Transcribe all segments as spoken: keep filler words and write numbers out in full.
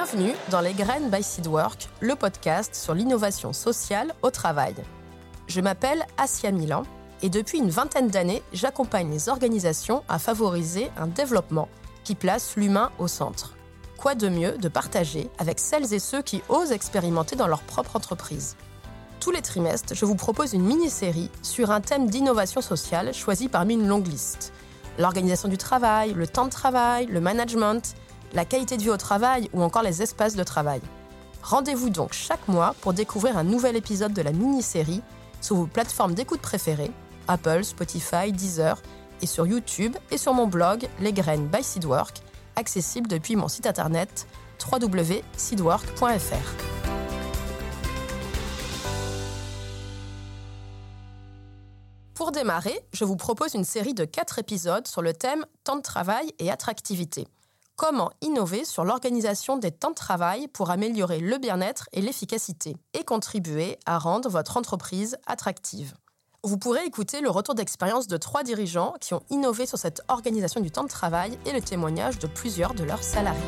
Bienvenue dans Les Graines by Seedwork, le podcast sur l'innovation sociale au travail. Je m'appelle Assia Milan et depuis une vingtaine d'années, j'accompagne les organisations à favoriser un développement qui place l'humain au centre. Quoi de mieux de partager avec celles et ceux qui osent expérimenter dans leur propre entreprise. Tous les trimestres, je vous propose une mini-série sur un thème d'innovation sociale choisi parmi une longue liste. L'organisation du travail, le temps de travail, le management, la qualité de vie au travail ou encore les espaces de travail. Rendez-vous donc chaque mois pour découvrir un nouvel épisode de la mini-série sur vos plateformes d'écoute préférées, Apple, Spotify, Deezer, et sur YouTube et sur mon blog Les Graines by Seedwork, accessible depuis mon site internet w w w point seedwork point f r. Pour démarrer, je vous propose une série de quatre épisodes sur le thème temps de travail et attractivité. Comment innover sur l'organisation des temps de travail pour améliorer le bien-être et l'efficacité et contribuer à rendre votre entreprise attractive. Vous pourrez écouter le retour d'expérience de trois dirigeants qui ont innové sur cette organisation du temps de travail et le témoignage de plusieurs de leurs salariés.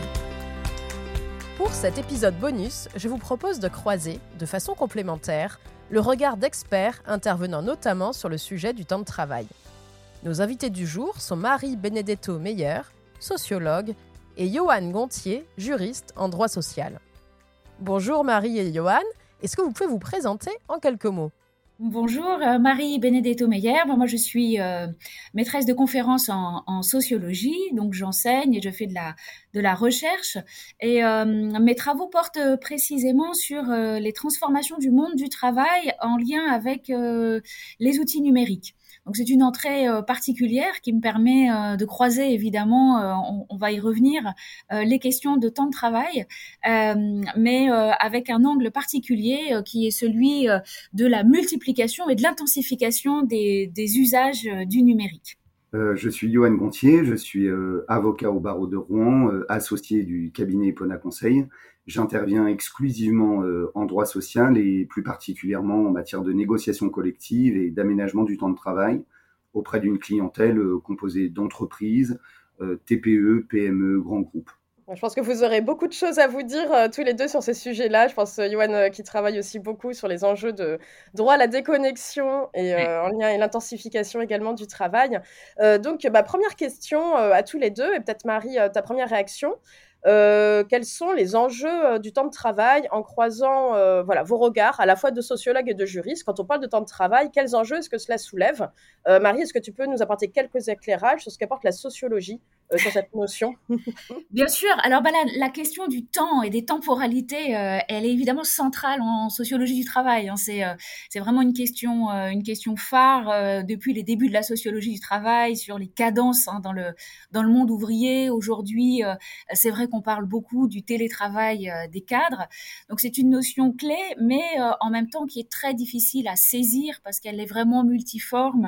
Pour cet épisode bonus, je vous propose de croiser, de façon complémentaire, le regard d'experts intervenant notamment sur le sujet du temps de travail. Nos invités du jour sont Marie Benedetto Meyer, sociologue, et Johan Gontier, juriste en droit social. Bonjour Marie et Johan, est-ce que vous pouvez vous présenter en quelques mots ? Bonjour, euh, Marie Benedetto Meyer. Ben, moi, je suis euh, maîtresse de conférences en, en sociologie, donc j'enseigne et je fais de la, de la recherche. Et euh, mes travaux portent précisément sur euh, les transformations du monde du travail en lien avec euh, les outils numériques. Donc c'est une entrée euh, particulière qui me permet euh, de croiser évidemment, euh, on, on va y revenir, euh, les questions de temps de travail, euh, mais euh, avec un angle particulier euh, qui est celui euh, de la multiplication et de l'intensification des, des usages euh, du numérique. Euh, je suis Johan Gontier, je suis euh, avocat au barreau de Rouen, euh, associé du cabinet Epona Conseil. J'interviens exclusivement euh, en droit social et plus particulièrement en matière de négociation collective et d'aménagement du temps de travail auprès d'une clientèle euh, composée d'entreprises, euh, T P E, P M E, grands groupes. Je pense que vous aurez beaucoup de choses à vous dire euh, tous les deux sur ces sujets-là. Je pense, euh, Johan, euh, qui travaille aussi beaucoup sur les enjeux de droit à la déconnexion et euh, en lien avec l'intensification également du travail. Euh, donc, bah, première question euh, à tous les deux, et peut-être Marie, euh, ta première réaction. Euh, quels sont les enjeux euh, du temps de travail en croisant euh, voilà, vos regards à la fois de sociologue et de juriste. Quand on parle de temps de travail, quels enjeux est-ce que cela soulève ? euh, Marie, est-ce que tu peux nous apporter quelques éclairages sur ce qu'apporte la sociologie euh, sur cette notion ? Bien sûr. Alors, bah, la, la question du temps et des temporalités, euh, elle est évidemment centrale en sociologie du travail. Hein. C'est, euh, c'est vraiment une question, euh, une question phare euh, depuis les débuts de la sociologie du travail sur les cadences hein, dans le dans le monde ouvrier. Aujourd'hui, euh, c'est vrai qu'on parle beaucoup du télétravail euh, des cadres. Donc, c'est une notion clé, mais euh, en même temps qui est très difficile à saisir parce qu'elle est vraiment multiforme.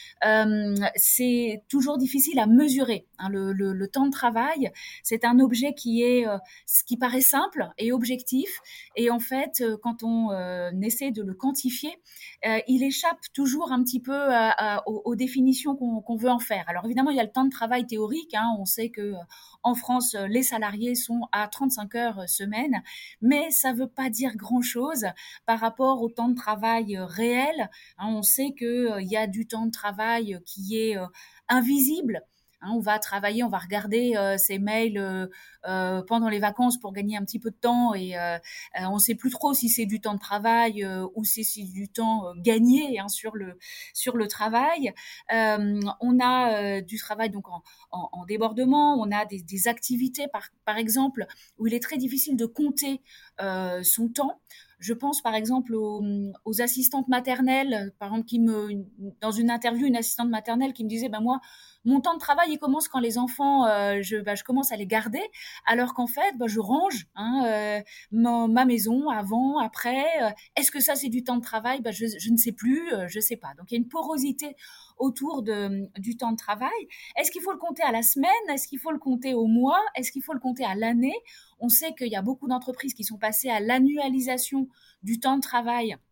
Euh, c'est toujours difficile à mesurer. Hein, le, le, le temps de travail, c'est un objet qui est, euh, ce qui paraît simple et objectif. Et en fait, euh, quand on euh, essaie de le quantifier, euh, il échappe toujours un petit peu à, à, aux, aux définitions qu'on, qu'on veut en faire. Alors évidemment, il y a le temps de travail théorique. Hein, on sait que euh, en France, les salariés sont à trente-cinq heures semaine, mais ça ne veut pas dire grand-chose par rapport au temps de travail réel. Hein, on sait qu'il euh, y a du temps de travail qui est euh, invisible. Hein, on va travailler, on va regarder euh, ses mails euh, euh, pendant les vacances pour gagner un petit peu de temps et euh, euh, on ne sait plus trop si c'est du temps de travail euh, ou si c'est du temps euh, gagné hein, sur le sur le travail. Euh, on a euh, du travail donc en, en, en débordement, on a des, des activités par par exemple où il est très difficile de compter euh, son temps. Je pense par exemple aux, aux assistantes maternelles, par exemple qui me, dans une interview, une assistante maternelle qui me disait, ben moi, mon temps de travail il commence quand les enfants, euh, je, ben, je commence à les garder, alors qu'en fait, ben, je range hein, euh, ma, ma maison avant, après. Euh, est-ce que ça c'est du temps de travail ? Ben, je, je ne sais plus, euh, je sais pas. Donc il y a une porosité autour de, du temps de travail. Est-ce qu'il faut le compter à la semaine ? Est-ce qu'il faut le compter au mois ? Est-ce qu'il faut le compter à l'année ? On sait qu'il y a beaucoup d'entreprises qui sont passées à l'annualisation du temps de travail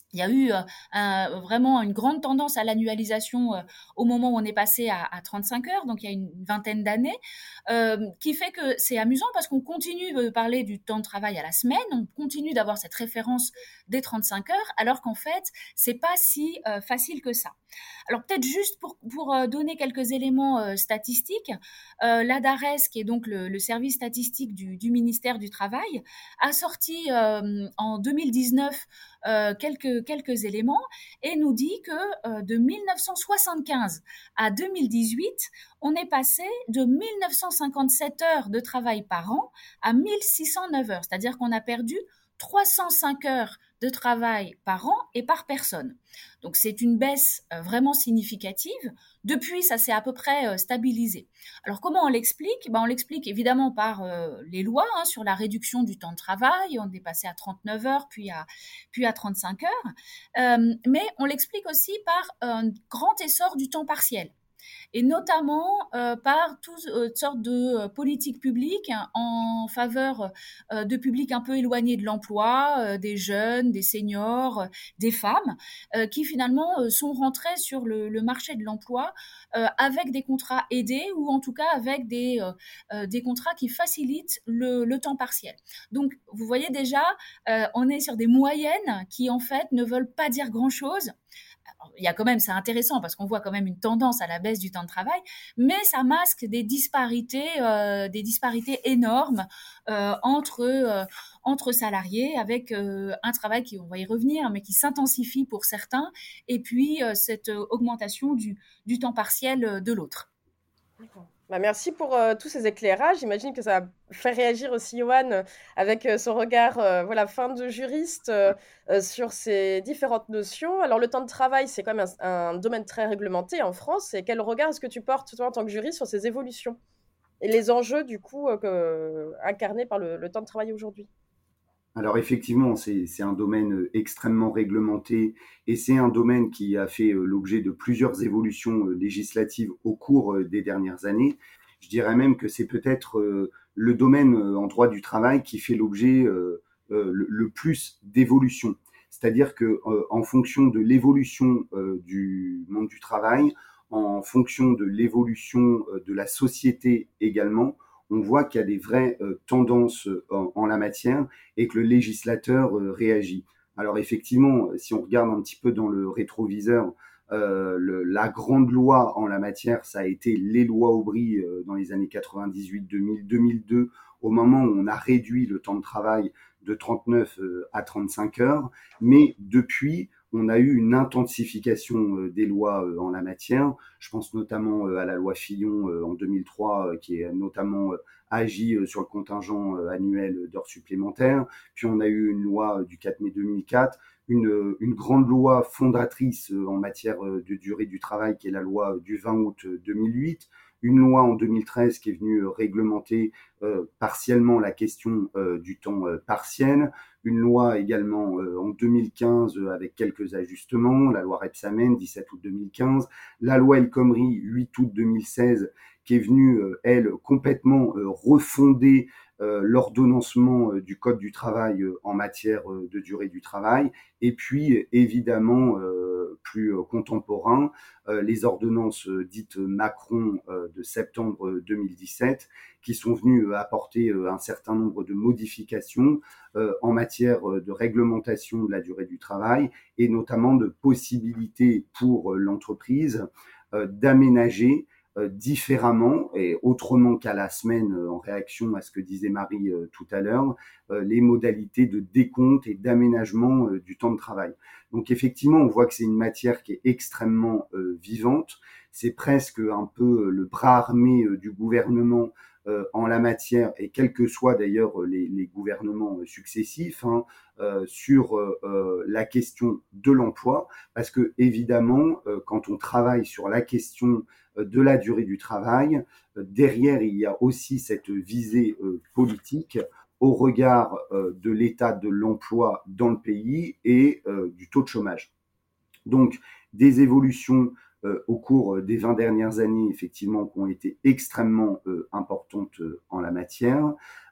Il y a eu euh, un, vraiment une grande tendance à l'annualisation euh, au moment où on est passé à, à trente-cinq heures, donc il y a une vingtaine d'années, euh, qui fait que c'est amusant parce qu'on continue de parler du temps de travail à la semaine, on continue d'avoir cette référence des trente-cinq heures, alors qu'en fait, c'est pas si euh, facile que ça. Alors peut-être juste pour, pour euh, donner quelques éléments euh, statistiques, euh, l'A D A R E S, qui est donc le, le service statistique du, du ministère du Travail, a sorti euh, en deux mille dix-neuf euh, quelques, quelques éléments et nous dit que euh, de mille neuf cent soixante-quinze à deux mille dix-huit, on est passé de mille neuf cent cinquante-sept heures de travail par an à mille six cent neuf heures, c'est-à-dire qu'on a perdu trois cent cinq heures de travail par an et par personne. Donc c'est une baisse euh, vraiment significative. Depuis, ça s'est à peu près euh, stabilisé. Alors comment on l'explique? Ben, on l'explique évidemment par euh, les lois hein, sur la réduction du temps de travail. On est passé à trente-neuf heures, puis à, puis à trente-cinq heures. Euh, mais on l'explique aussi par un grand essor du temps partiel, et notamment euh, par toutes euh, sortes de euh, politiques publiques en faveur euh, de publics un peu éloignés de l'emploi, euh, des jeunes, des seniors, euh, des femmes, euh, qui finalement euh, sont rentrés sur le, le marché de l'emploi euh, avec des contrats aidés ou en tout cas avec des, euh, euh, des contrats qui facilitent le, le temps partiel. Donc, vous voyez déjà, euh, on est sur des moyennes qui en fait ne veulent pas dire grand-chose. Il y a quand même, c'est intéressant parce qu'on voit quand même une tendance à la baisse du temps de travail, mais ça masque des disparités, euh, des disparités énormes euh, entre euh, entre salariés, avec euh, un travail qui, on va y revenir, mais qui s'intensifie pour certains, et puis euh, cette augmentation du du temps partiel de l'autre. D'accord. Bah, merci pour euh, tous ces éclairages. J'imagine que ça a fait réagir aussi Johan euh, avec euh, son regard euh, voilà, fin de juriste euh, euh, sur ces différentes notions. Alors, le temps de travail, c'est quand même un, un domaine très réglementé en France. Et quel regard est-ce que tu portes, toi, en tant que juriste, sur ces évolutions et les enjeux, du coup, euh, que, incarnés par le, le temps de travail aujourd'hui? Alors effectivement, c'est c'est un domaine euh, extrêmement réglementé et c'est un domaine qui a fait euh, l'objet de plusieurs évolutions euh, législatives au cours euh, des dernières années. Je dirais même que c'est peut-être euh, le domaine euh, en droit du travail qui fait l'objet euh, euh, le, le plus d'évolution. C'est-à-dire que euh, en fonction de l'évolution euh, du monde du travail, en fonction de l'évolution euh, de la société également, on voit qu'il y a des vraies euh, tendances euh, en, en la matière et que le législateur euh, réagit. Alors effectivement, si on regarde un petit peu dans le rétroviseur, euh, le, la grande loi en la matière, ça a été les lois Aubry euh, dans les années quatre-vingt-dix-huit, deux mille, deux mille deux, au moment où on a réduit le temps de travail de trente-neuf euh, à trente-cinq heures. Mais depuis, on a eu une intensification euh, des lois euh, en la matière. Je pense notamment euh, à la loi Fillon euh, en deux mille trois, euh, qui est notamment euh, agi euh, sur le contingent euh, annuel d'heures supplémentaires. Puis on a eu une loi euh, du quatre mai deux mille quatre, une, une grande loi fondatrice euh, en matière euh, de durée du travail, qui est la loi du vingt août deux mille huit, une loi en deux mille treize qui est venue euh, réglementer euh, partiellement la question euh, du temps euh, partiel, une loi également euh, en deux mille quinze euh, avec quelques ajustements, la loi Rebsamen, dix-sept août deux mille quinze, la loi El Khomri, huit août deux mille seize, qui est venue, euh, elle, complètement euh, refonder euh, l'ordonnancement euh, du Code du travail euh, en matière euh, de durée du travail, et puis évidemment, euh, plus euh, contemporain, euh, les ordonnances euh, dites Macron euh, de septembre deux mille dix-sept, qui sont venues euh, apporter euh, un certain nombre de modifications euh, en matière euh, de réglementation de la durée du travail, et notamment de possibilités pour euh, l'entreprise euh, d'aménager euh, différemment et autrement qu'à la semaine, euh, en réaction à ce que disait Marie euh, tout à l'heure, euh, les modalités de décompte et d'aménagement euh, du temps de travail. Donc effectivement, on voit que c'est une matière qui est extrêmement euh, vivante. C'est presque un peu le bras armé euh, du gouvernement euh, en la matière, et quels que soient d'ailleurs les, les gouvernements successifs, hein, euh, sur euh, la question de l'emploi, parce que évidemment, euh, quand on travaille sur la question de la durée du travail, euh, derrière il y a aussi cette visée euh, politique au regard euh, de l'état de l'emploi dans le pays et euh, du taux de chômage. Donc des évolutions euh, au cours des vingt dernières années, effectivement, qui ont été extrêmement euh, importantes euh, en la matière,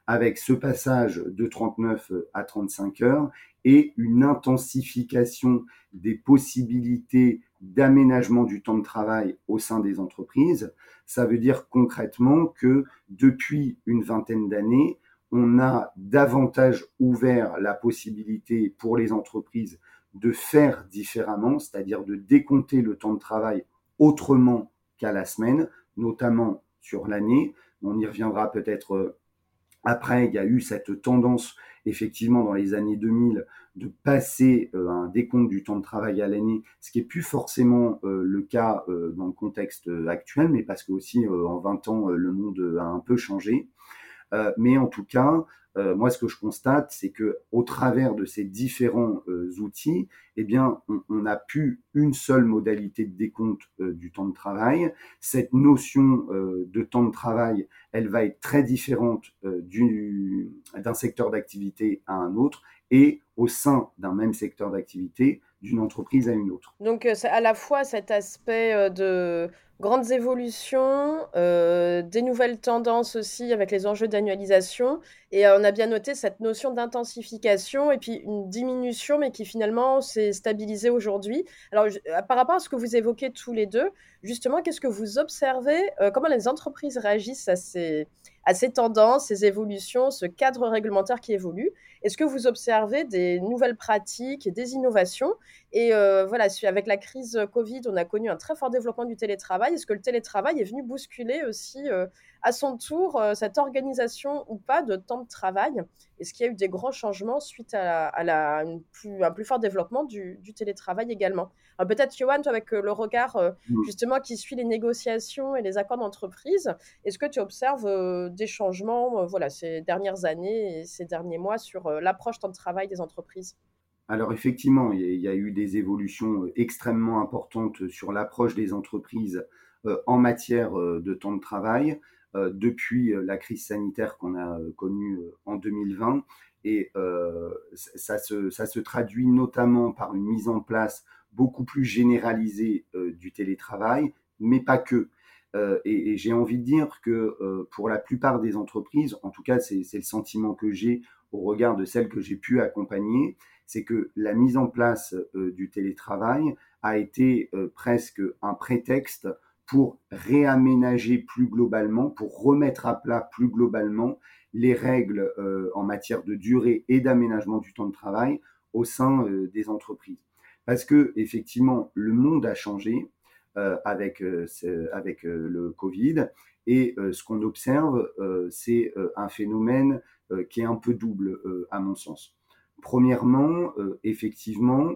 avec ce passage de trente-neuf à trente-cinq heures et une intensification des possibilités d'aménagement du temps de travail au sein des entreprises. Ça veut dire concrètement que depuis une vingtaine d'années, on a davantage ouvert la possibilité pour les entreprises de faire différemment, c'est-à-dire de décompter le temps de travail autrement qu'à la semaine, notamment sur l'année. On y reviendra peut-être après. Il y a eu cette tendance, effectivement, dans les années deux mille, de passer euh, un décompte du temps de travail à l'année, ce qui n'est plus forcément euh, le cas euh, dans le contexte actuel, mais parce que aussi euh, en vingt ans, euh, le monde a un peu changé. Euh, mais en tout cas, euh, moi, ce que je constate, c'est que au travers de ces différents euh, outils, eh bien, on, on a plus une seule modalité de décompte euh, du temps de travail. Cette notion euh, de temps de travail, elle va être très différente euh, du, d'un secteur d'activité à un autre et au sein d'un même secteur d'activité, d'une entreprise à une autre. Donc, euh, c'est à la fois cet aspect euh, de grandes évolutions, euh, des nouvelles tendances aussi avec les enjeux d'annualisation, et euh, on a bien noté cette notion d'intensification et puis une diminution, mais qui finalement s'est stabilisée aujourd'hui. Alors, je- euh, par rapport à ce que vous évoquez tous les deux, justement, qu'est-ce que vous observez, euh, comment les entreprises réagissent à ces, à ces tendances, ces évolutions, ce cadre réglementaire qui évolue? Est-ce que vous observez des nouvelles pratiques et des innovations? Et euh, voilà, su- avec la crise Covid, on a connu un très fort développement du télétravail. Est-ce que le télétravail est venu bousculer aussi euh, à son tour euh, cette organisation ou pas de temps de travail? Est-ce qu'il y a eu des grands changements suite à, la- à la- une plus, un plus fort développement du, du télétravail également? Alors peut-être, Johan, toi, avec euh, le regard euh, justement qui suit les négociations et les accords d'entreprise, est-ce que tu observes euh, des changements euh, voilà, ces dernières années et ces derniers mois sur euh, l'approche temps de travail des entreprises? Alors effectivement, il y, a, il y a eu des évolutions extrêmement importantes sur l'approche des entreprises euh, en matière euh, de temps de travail euh, depuis euh, la crise sanitaire qu'on a euh, connue euh, en deux mille vingt. Et euh, ça, se, ça se traduit notamment par une mise en place beaucoup plus généralisée euh, du télétravail, mais pas que. Euh, et, et j'ai envie de dire que euh, pour la plupart des entreprises, en tout cas c'est, c'est le sentiment que j'ai au regard de celles que j'ai pu accompagner, c'est que la mise en place euh, du télétravail a été euh, presque un prétexte pour réaménager plus globalement, pour remettre à plat plus globalement les règles euh, en matière de durée et d'aménagement du temps de travail au sein euh, des entreprises. Parce que effectivement, le monde a changé euh, avec, euh, avec euh, le Covid, et euh, ce qu'on observe, euh, c'est euh, un phénomène euh, qui est un peu double, euh, à mon sens. Premièrement, euh, effectivement,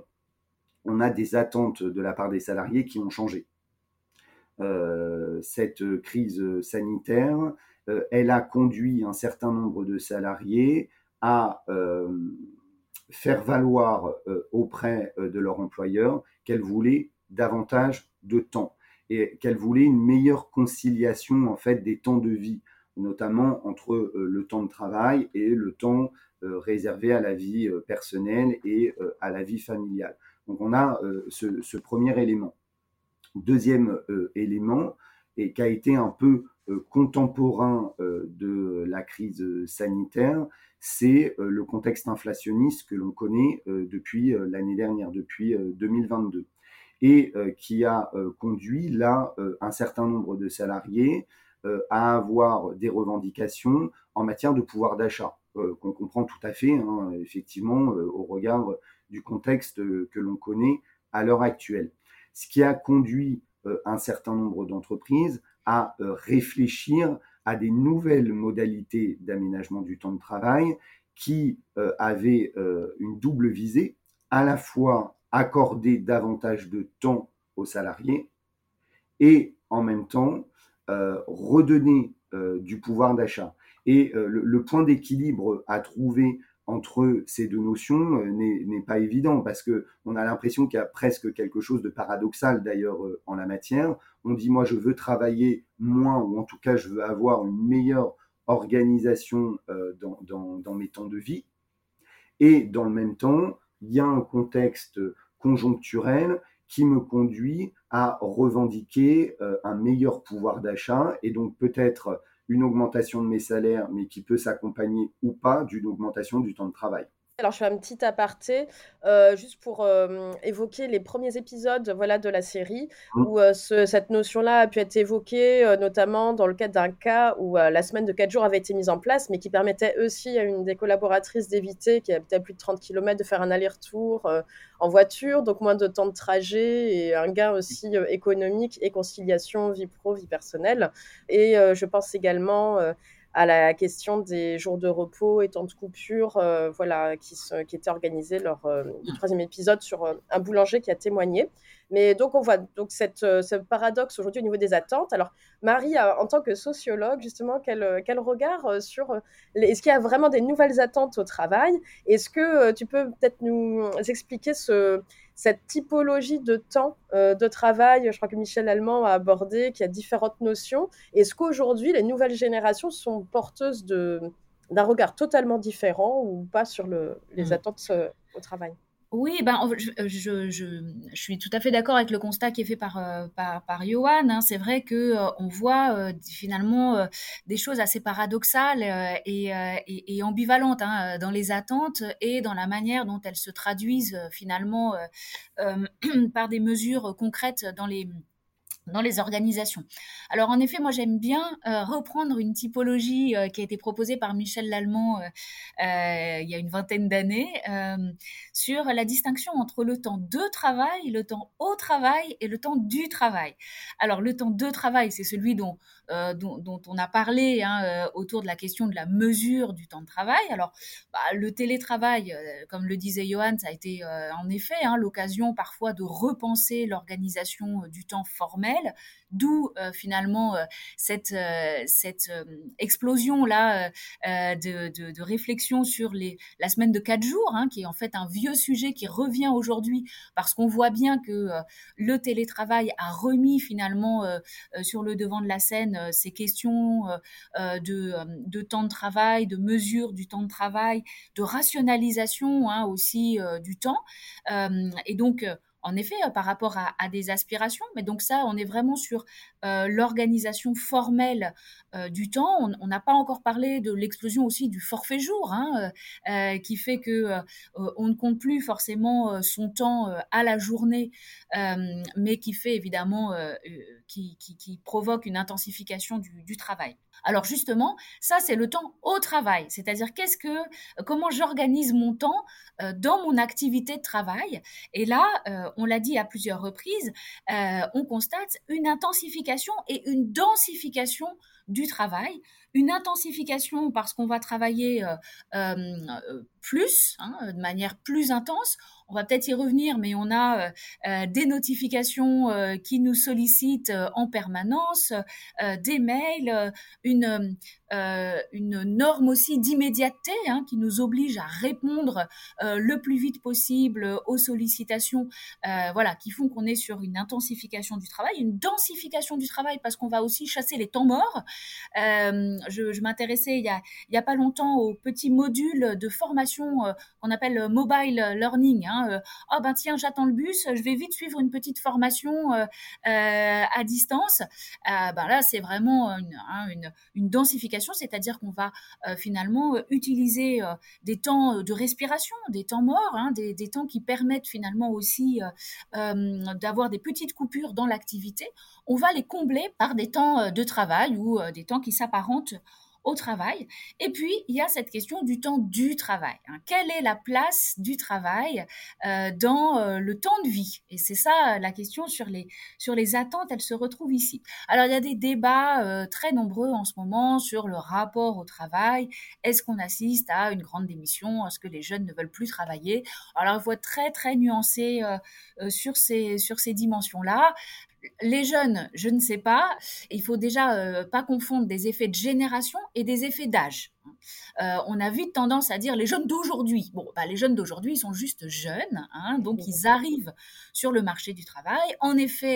on a des attentes de la part des salariés qui ont changé. Euh, cette crise sanitaire, euh, elle a conduit un certain nombre de salariés à euh, faire valoir euh, auprès euh, de leur employeur qu'elles voulaient davantage de temps et qu'elles voulaient une meilleure conciliation en fait des temps de vie, notamment entre euh, le temps de travail et le temps euh, réservé à la vie euh, personnelle et euh, à la vie familiale. Donc on a euh, ce, ce premier élément. Deuxième euh, élément, et qui a été un peu euh, contemporain euh, de la crise sanitaire, c'est euh, le contexte inflationniste que l'on connaît euh, depuis euh, l'année dernière, depuis euh, deux mille vingt-deux, et euh, qui a euh, conduit là euh, un certain nombre de salariés euh, à avoir des revendications en matière de pouvoir d'achat, euh, qu'on comprend tout à fait, hein, effectivement, euh, au regard du contexte euh, que l'on connaît à l'heure actuelle. Ce qui a conduit euh, un certain nombre d'entreprises à euh, réfléchir à des nouvelles modalités d'aménagement du temps de travail qui euh, avaient euh, une double visée, à la fois accorder davantage de temps aux salariés et en même temps euh, redonner euh, du pouvoir d'achat. Et euh, le, le point d'équilibre à trouver entre ces deux notions euh, n'est, n'est pas évident, parce que on a l'impression qu'il y a presque quelque chose de paradoxal d'ailleurs euh, en la matière. On dit moi je veux travailler moins, ou en tout cas je veux avoir une meilleure organisation euh, dans, dans, dans mes temps de vie, et dans le même temps il y a un contexte conjoncturel qui me conduit à revendiquer euh, un meilleur pouvoir d'achat, et donc peut-être une augmentation de mes salaires, mais qui peut s'accompagner ou pas d'une augmentation du temps de travail. Alors, je fais un petit aparté, heu, juste pour, hem, évoquer les premiers épisodes, voilà, de la série Mmh. où, heu, ce cette notion-là a pu être évoquée, heu, notamment dans le cadre d'un cas où, heu, la semaine de quatre jours avait été mise en place, mais qui permettait aussi à une des collaboratrices d'éviter, qui habitait à plus de trente kilomètres, de faire un aller-retour, heu, en voiture, donc moins de temps de trajet et un gain aussi, heu, économique et conciliation vie pro, vie personnelle et heu, je pense également, heu, à la question des jours de repos et temps de coupure, heu, voilà, qui se qui étaient organisés lors, heu, du troisième épisode sur, heu, un boulanger qui a témoigné. Mais donc on voit donc cette, heu, ce paradoxe aujourd'hui au niveau des attentes. Alors Marie, heu, en tant que sociologue justement, quel, heu, quel regard, heu, sur, heu, les est-ce qu'il y a vraiment des nouvelles attentes au travail? Est-ce que, heu, tu peux peut-être nous expliquer ce cette typologie de temps, heu, de travail? Je crois que Michel Alman a abordé qu'il y a différentes notions. Est-ce qu'aujourd'hui, les nouvelles générations sont porteuses de d'un regard totalement différent ou pas sur le les Mmh. attentes, heu, au travail? Oui, ben, en je je je je suis tout à fait d'accord avec le constat qui est fait par, heu, par par Yoann, hein. C'est vrai que, heu, on voit, heu, finalement, heu, des choses assez paradoxales, heu, et heu, et et ambivalentes, hein, heu, dans les attentes et dans la manière dont elles se traduisent, heu, finalement, heu, hem, par des mesures concrètes dans les dans les organisations. Alors en effet, moi j'aime bien euh, reprendre une typologie euh, qui a été proposée par Michel Lallemand euh, euh, il y a une vingtaine d'années euh, sur la distinction entre le temps de travail, le temps au travail et le temps du travail. Alors le temps de travail, c'est celui dont, euh, dont, dont on a parlé hein, euh, autour de la question de la mesure du temps de travail. Alors bah, le télétravail, euh, comme le disait Johan, ça a été euh, en effet hein, l'occasion parfois de repenser l'organisation euh, du temps formel, d'où euh, finalement euh, cette, euh, cette euh, explosion là euh, de, de, de réflexion sur les, la semaine de quatre jours, hein, qui est en fait un vieux sujet qui revient aujourd'hui parce qu'on voit bien que euh, le télétravail a remis finalement euh, euh, sur le devant de la scène euh, ces questions euh, euh, de, euh, de temps de travail, de mesure du temps de travail, de rationalisation hein, aussi euh, du temps. Euh, et donc, euh, en effet, euh, par rapport à, à des aspirations, mais donc ça, on est vraiment sur euh, l'organisation formelle euh, du temps. On n'a pas encore parlé de l'explosion aussi du forfait jour, hein, euh, euh, qui fait que euh, on ne compte plus forcément euh, son temps euh, à la journée, euh, mais qui fait évidemment, euh, euh, qui, qui, qui provoque une intensification du, du travail. Alors justement, ça c'est le temps au travail, c'est-à-dire qu'est-ce que, comment j'organise mon temps euh, dans mon activité de travail. Et là, euh, on l'a dit à plusieurs reprises, euh, on constate une intensification et une densification du travail, une intensification parce qu'on va travailler euh, euh, plus, hein, de manière plus intense. On va peut-être y revenir, mais on a euh, des notifications euh, qui nous sollicitent euh, en permanence, euh, des mails, euh, une, euh, une norme aussi d'immédiateté hein, qui nous oblige à répondre euh, le plus vite possible aux sollicitations, euh, voilà, qui font qu'on est sur une intensification du travail, une densification du travail parce qu'on va aussi chasser les temps morts. Euh, je, je m'intéressais il y a il y a pas longtemps au petit module de formation euh, qu'on appelle mobile learning. Hein, euh, oh ben tiens, j'attends le bus, je vais vite suivre une petite formation euh, euh, à distance. Euh, ben là, c'est vraiment une, hein, une, une densification, c'est-à-dire qu'on va euh, finalement euh, utiliser euh, des temps de respiration, des temps morts, hein, des, des temps qui permettent finalement aussi euh, euh, d'avoir des petites coupures dans l'activité. On va les combler par des temps de travail ou euh, des temps qui s'apparentent au travail. Et puis, il y a cette question du temps du travail. Hein. Quelle est la place du travail euh, dans euh, le temps de vie? Et c'est ça la question sur les, sur les attentes, elle se retrouve ici. Alors, il y a des débats euh, très nombreux en ce moment sur le rapport au travail. Est-ce qu'on assiste à une grande démission? Est-ce que les jeunes ne veulent plus travailler? Alors, il faut être très, très nuancé euh, euh, sur ces, sur ces dimensions-là. Les jeunes, je ne sais pas. Il faut déjà euh, pas confondre des effets de génération et des effets d'âge. Euh, on a vite tendance à dire les jeunes d'aujourd'hui. Bon, bah, les jeunes d'aujourd'hui, ils sont juste jeunes, hein, donc ils arrivent sur le marché du travail. En effet,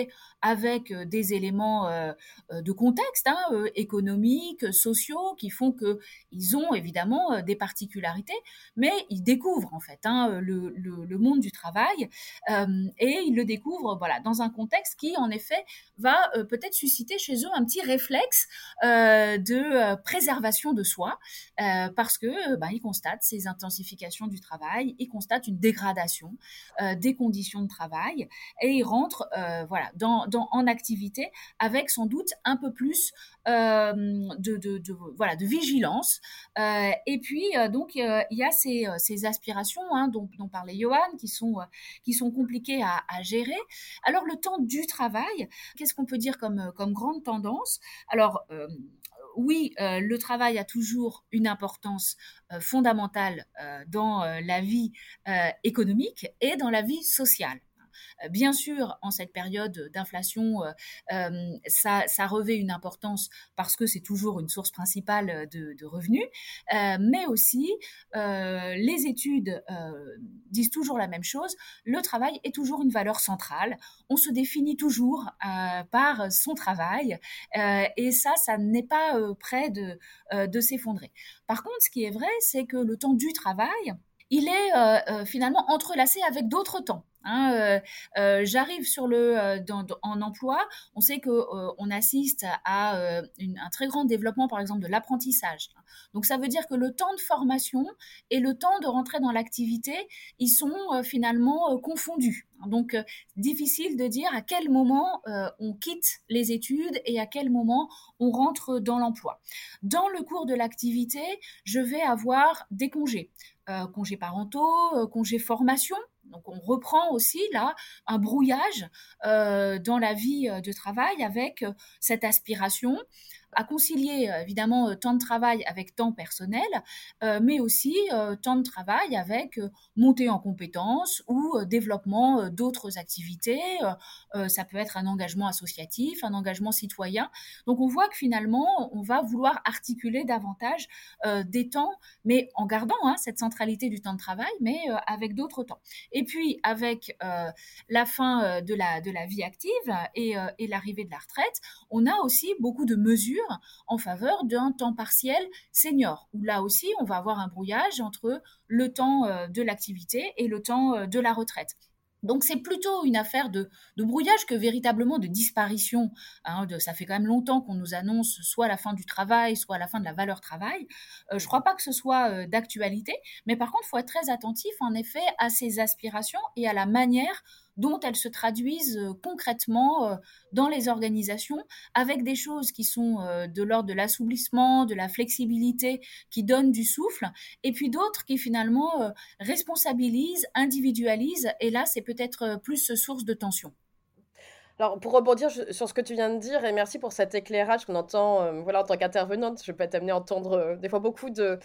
avec euh, des éléments euh, de contexte hein, euh, économiques, sociaux, qui font qu'ils ont évidemment euh, des particularités, mais ils découvrent en fait hein, le, le, le monde du travail euh, et ils le découvrent voilà, dans un contexte qui en effet va euh, peut-être susciter chez eux un petit réflexe euh, de euh, préservation de soi euh, parce que euh, ben, ils constatent ces intensifications du travail, ils constatent une dégradation euh, des conditions de travail et ils rentrent euh, voilà, dans, dans, en activité avec sans doute un peu plus euh, de, de, de, voilà, de vigilance. Euh, et puis, euh, donc, euh, il y a ces, ces aspirations hein, dont, dont parlait Johan qui sont, euh, qui sont compliquées à, à gérer. Alors, le temps du travail, qu'est-ce qu'on peut dire comme, comme grande tendance? Alors, euh, oui, euh, le travail a toujours une importance euh, fondamentale euh, dans euh, la vie euh, économique et dans la vie sociale. Bien sûr, en cette période d'inflation, euh, ça, ça revêt une importance parce que c'est toujours une source principale de, de revenus, euh, mais aussi euh, les études euh, disent toujours la même chose, le travail est toujours une valeur centrale, on se définit toujours euh, par son travail euh, et ça, ça n'est pas euh, près de, euh, de s'effondrer. Par contre, ce qui est vrai, c'est que le temps du travail, il est euh, euh, finalement entrelacé avec d'autres temps. Hein, euh, euh, j'arrive sur le euh, dans, dans, en emploi, on sait que euh, on assiste à euh, une, un très grand développement par exemple de l'apprentissage. Donc ça veut dire que le temps de formation et le temps de rentrer dans l'activité, ils sont euh, finalement euh, confondus. Donc euh, difficile de dire à quel moment euh, on quitte les études et à quel moment on rentre dans l'emploi. Dans le cours de l'activité, je vais avoir des congés, euh, congés parentaux, euh, congés formation. Donc on reprend aussi là un brouillage euh, dans la vie de travail avec euh, cette aspiration à concilier euh, évidemment euh, temps de travail avec temps personnel, euh, mais aussi euh, temps de travail avec euh, montée en compétences ou euh, développement euh, d'autres activités. Euh, euh, ça peut être un engagement associatif, un engagement citoyen. Donc on voit que finalement, on va vouloir articuler davantage euh, des temps, mais en gardant hein, cette centralité du temps de travail, mais euh, avec d'autres temps. Et puis avec euh, la fin euh, de, la, de la vie active et, euh, et l'arrivée de la retraite, on a aussi beaucoup de mesures en faveur d'un temps partiel senior, où là aussi, on va avoir un brouillage entre le temps de l'activité et le temps de la retraite. Donc c'est plutôt une affaire de, de brouillage que véritablement de disparition. Hein, de, ça fait quand même longtemps qu'on nous annonce soit la fin du travail, soit la fin de la valeur travail. Euh, je ne crois pas que ce soit euh, d'actualité, mais par contre, il faut être très attentif en effet à ces aspirations et à la manière dont elles se traduisent euh, concrètement euh, dans les organisations, avec des choses qui sont euh, de l'ordre de l'assouplissement, de la flexibilité, qui donnent du souffle, et puis d'autres qui finalement euh, responsabilisent, individualisent, et là c'est peut-être plus source de tension. Alors, pour rebondir sur ce que tu viens de dire, et merci pour cet éclairage qu'on entend, euh, voilà, en tant qu'intervenante, je peux être amenée à entendre euh, des fois beaucoup de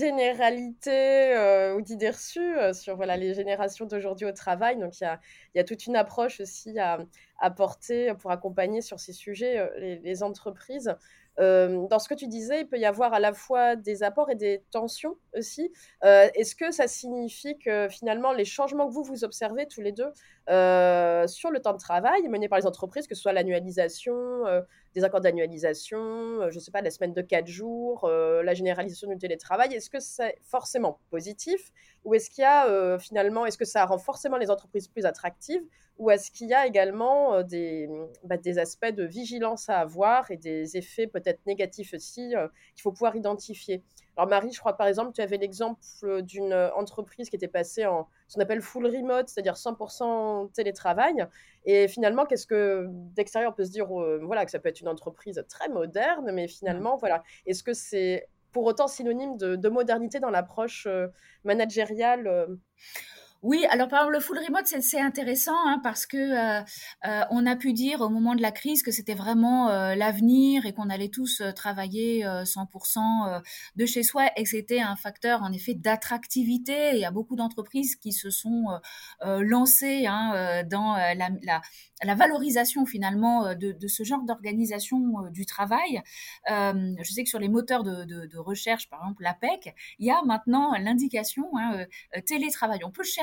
généralités euh, ou d'idées reçues euh, sur voilà, les générations d'aujourd'hui au travail. Donc, il y a, il y a toute une approche aussi à, à porter pour accompagner sur ces sujets euh, les, les entreprises. Euh, dans ce que tu disais, il peut y avoir à la fois des apports et des tensions aussi. Euh, est-ce que ça signifie que finalement les changements que vous, vous observez tous les deux euh, sur le temps de travail menés par les entreprises, que ce soit l'annualisation, euh, des accords d'annualisation, euh, je ne sais pas, la semaine de quatre jours, euh, la généralisation du télétravail, est-ce que c'est forcément positif ou est-ce qu'il y a euh, finalement, est-ce que ça rend forcément les entreprises plus attractives ou est-ce qu'il y a également euh, des, bah, des aspects de vigilance à avoir et des effets peut-être négatifs aussi euh, qu'il faut pouvoir identifier? Alors Marie, je crois que par exemple, tu avais l'exemple d'une entreprise qui était passée en ce qu'on appelle full remote, c'est-à-dire cent pour cent télétravail. Et finalement, qu'est-ce que d'extérieur on peut se dire euh, voilà, que ça peut être une entreprise très moderne, mais finalement, mmh. voilà, est-ce que c'est pour autant synonyme de, de modernité dans l'approche euh, managériale euh... Oui, alors par exemple le full remote c'est, c'est intéressant hein, parce que euh, euh, on a pu dire au moment de la crise que c'était vraiment euh, l'avenir et qu'on allait tous euh, travailler euh, cent pour cent euh, de chez soi et que c'était un facteur en effet d'attractivité. Il y a beaucoup d'entreprises qui se sont euh, euh, lancées hein, euh, dans euh, la, la, la valorisation finalement euh, de, de ce genre d'organisation euh, du travail. Euh, je sais que sur les moteurs de, de, de recherche, par exemple l'A P E C, il y a maintenant l'indication hein, euh, télétravail. On peut chercher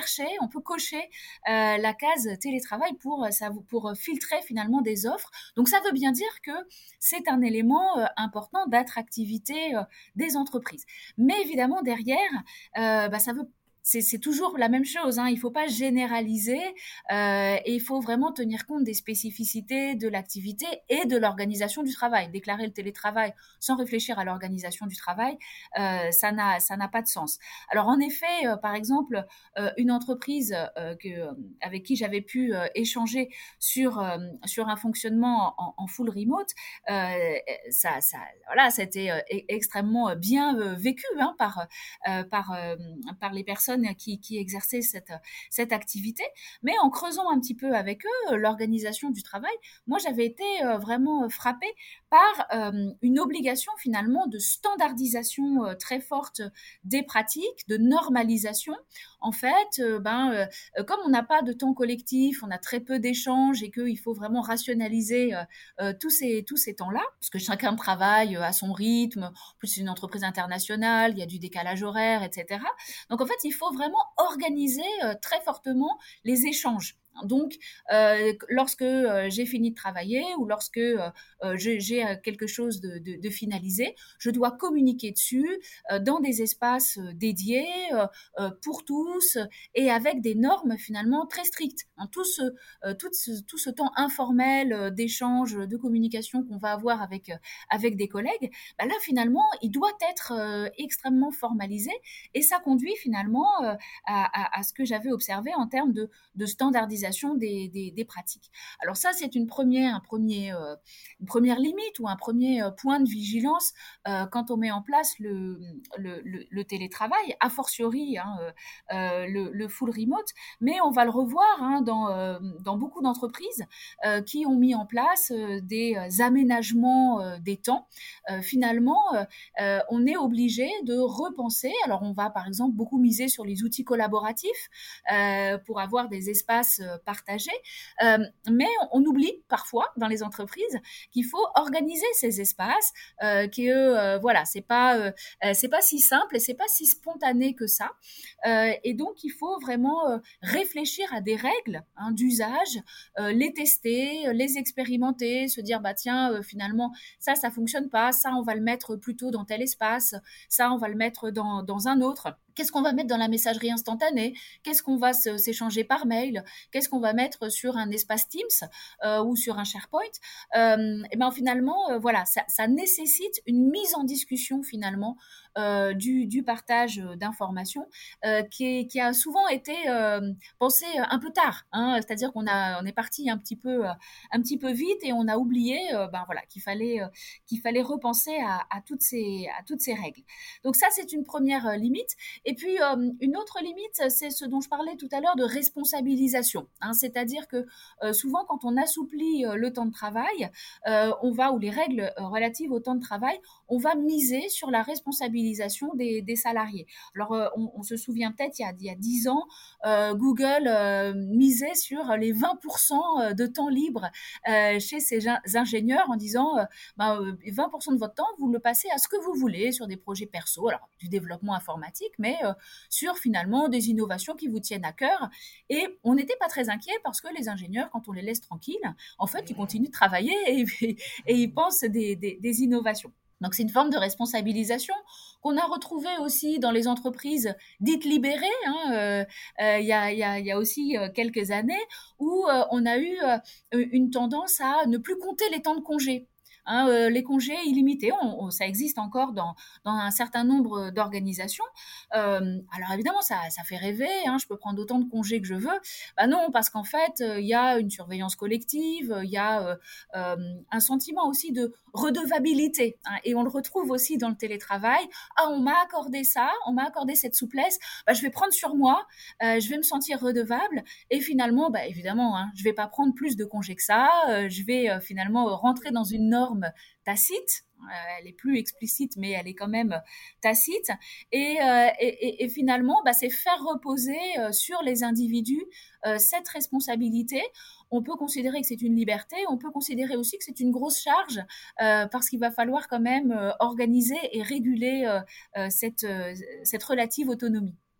chercher, on peut cocher euh, la case télétravail pour, ça, pour filtrer finalement des offres. Donc ça veut bien dire que c'est un élément euh, important d'attractivité euh, des entreprises. Mais évidemment, derrière, euh, bah, ça veut C'est, c'est toujours la même chose, hein. Il ne faut pas généraliser euh, et il faut vraiment tenir compte des spécificités de l'activité et de l'organisation du travail. Déclarer le télétravail sans réfléchir à l'organisation du travail, euh, ça n'a, ça n'a pas de sens. Alors en effet, euh, par exemple, euh, une entreprise euh, que, avec qui j'avais pu euh, échanger sur, euh, sur un fonctionnement en, en full remote, euh, ça, ça, voilà, c'était euh, extrêmement bien euh, vécu hein, par, euh, par, euh, par les personnes Qui, qui exerçaient cette, cette activité. Mais en creusant un petit peu avec eux l'organisation du travail, moi j'avais été euh, vraiment frappée par euh, une obligation finalement de standardisation euh, très forte des pratiques, de normalisation. En fait, euh, ben, euh, comme on n'a pas de temps collectif, on a très peu d'échanges et qu'il faut vraiment rationaliser euh, euh, tous ces, tous ces temps-là, parce que chacun travaille à son rythme, en plus c'est une entreprise internationale, il y a du décalage horaire, et cetera. Donc en fait, il faut vraiment organiser euh, très fortement les échanges. Donc, euh, lorsque euh, j'ai fini de travailler ou lorsque euh, j'ai, j'ai quelque chose de, de, de finalisé, je dois communiquer dessus euh, dans des espaces dédiés euh, euh, pour tous et avec des normes finalement très strictes. Hein, tout, ce, euh, tout, ce, tout ce temps informel euh, d'échange, de communication qu'on va avoir avec, euh, avec des collègues, bah là finalement, il doit être euh, extrêmement formalisé et ça conduit finalement euh, à, à, à ce que j'avais observé en termes de, de standardisation Des, des, des pratiques. Alors ça, c'est une première, un premier, euh, une première limite ou un premier euh, point de vigilance euh, quand on met en place le, le, le, le télétravail, a fortiori hein, euh, le, le full remote, mais on va le revoir hein, dans, euh, dans beaucoup d'entreprises euh, qui ont mis en place euh, des aménagements euh, des temps. Euh, finalement, euh, on est obligé de repenser. Alors on va par exemple beaucoup miser sur les outils collaboratifs euh, pour avoir des espaces partagés, euh, mais on, on oublie parfois dans les entreprises qu'il faut organiser ces espaces, euh, que euh, voilà, c'est pas euh, c'est pas si simple et c'est pas si spontané que ça, euh, et donc il faut vraiment euh, réfléchir à des règles hein, d'usage, euh, les tester, les expérimenter, se dire bah tiens euh, finalement ça ça fonctionne pas, ça on va le mettre plutôt dans tel espace, ça on va le mettre dans dans un autre. Qu'est-ce qu'on va mettre dans la messagerie instantanée? Qu'est-ce qu'on va se, s'échanger par mail? Qu'est-ce qu'on va mettre sur un espace Teams euh, ou sur un SharePoint? euh, Et ben finalement, euh, voilà, ça, ça nécessite une mise en discussion finalement euh, du, du partage d'informations euh, qui, est, qui a souvent été euh, pensé un peu tard. Hein, c'est-à-dire qu'on a, on est parti un petit peu, un petit peu vite et on a oublié, euh, ben voilà, qu'il fallait, euh, qu'il fallait repenser à, à toutes ces, à toutes ces règles. Donc ça, c'est une première euh, limite. Et puis, euh, une autre limite, c'est ce dont je parlais tout à l'heure de responsabilisation. Hein, c'est-à-dire que euh, souvent, quand on assouplit euh, le temps de travail, euh, on va, ou les règles euh, relatives au temps de travail, on va miser sur la responsabilisation des, des salariés. Alors, euh, on, on se souvient peut-être, il y a, il y a dix ans, euh, Google euh, misait sur les vingt pour cent de temps libre euh, chez ses ingénieurs en disant euh, ben, euh, vingt pour cent de votre temps, vous le passez à ce que vous voulez sur des projets perso, alors du développement informatique, mais euh, sur finalement des innovations qui vous tiennent à cœur. Et on n'était pas très inquiet parce que les ingénieurs, quand on les laisse tranquilles, en fait, ils continuent de travailler et, et, et ils pensent des, des, des innovations. Donc c'est une forme de responsabilisation qu'on a retrouvée aussi dans les entreprises dites libérées. Hein, euh, euh, y a, y a, y a aussi euh, quelques années où euh, on a eu euh, une tendance à ne plus compter les temps de congé. Hein, euh, les congés illimités, on, on, ça existe encore dans, dans un certain nombre d'organisations. Euh, alors évidemment, ça, ça fait rêver, hein, je peux prendre autant de congés que je veux. Bah non, parce qu'en fait, il euh, y a une surveillance collective, il y a euh, euh, un sentiment aussi de redevabilité. Hein, et on le retrouve aussi dans le télétravail. Ah, on m'a accordé ça, on m'a accordé cette souplesse, bah, je vais prendre sur moi, euh, je vais me sentir redevable. Et finalement, bah, évidemment, hein, je ne vais pas prendre plus de congés que ça, euh, je vais euh, finalement rentrer dans une norme tacite, elle est plus explicite mais elle est quand même tacite, et, euh, et, et finalement bah, c'est faire reposer euh, sur les individus euh, cette responsabilité. On peut considérer que c'est une liberté, on peut considérer aussi que c'est une grosse charge euh, parce qu'il va falloir quand même euh, organiser et réguler euh, euh, cette, euh, cette relative autonomie.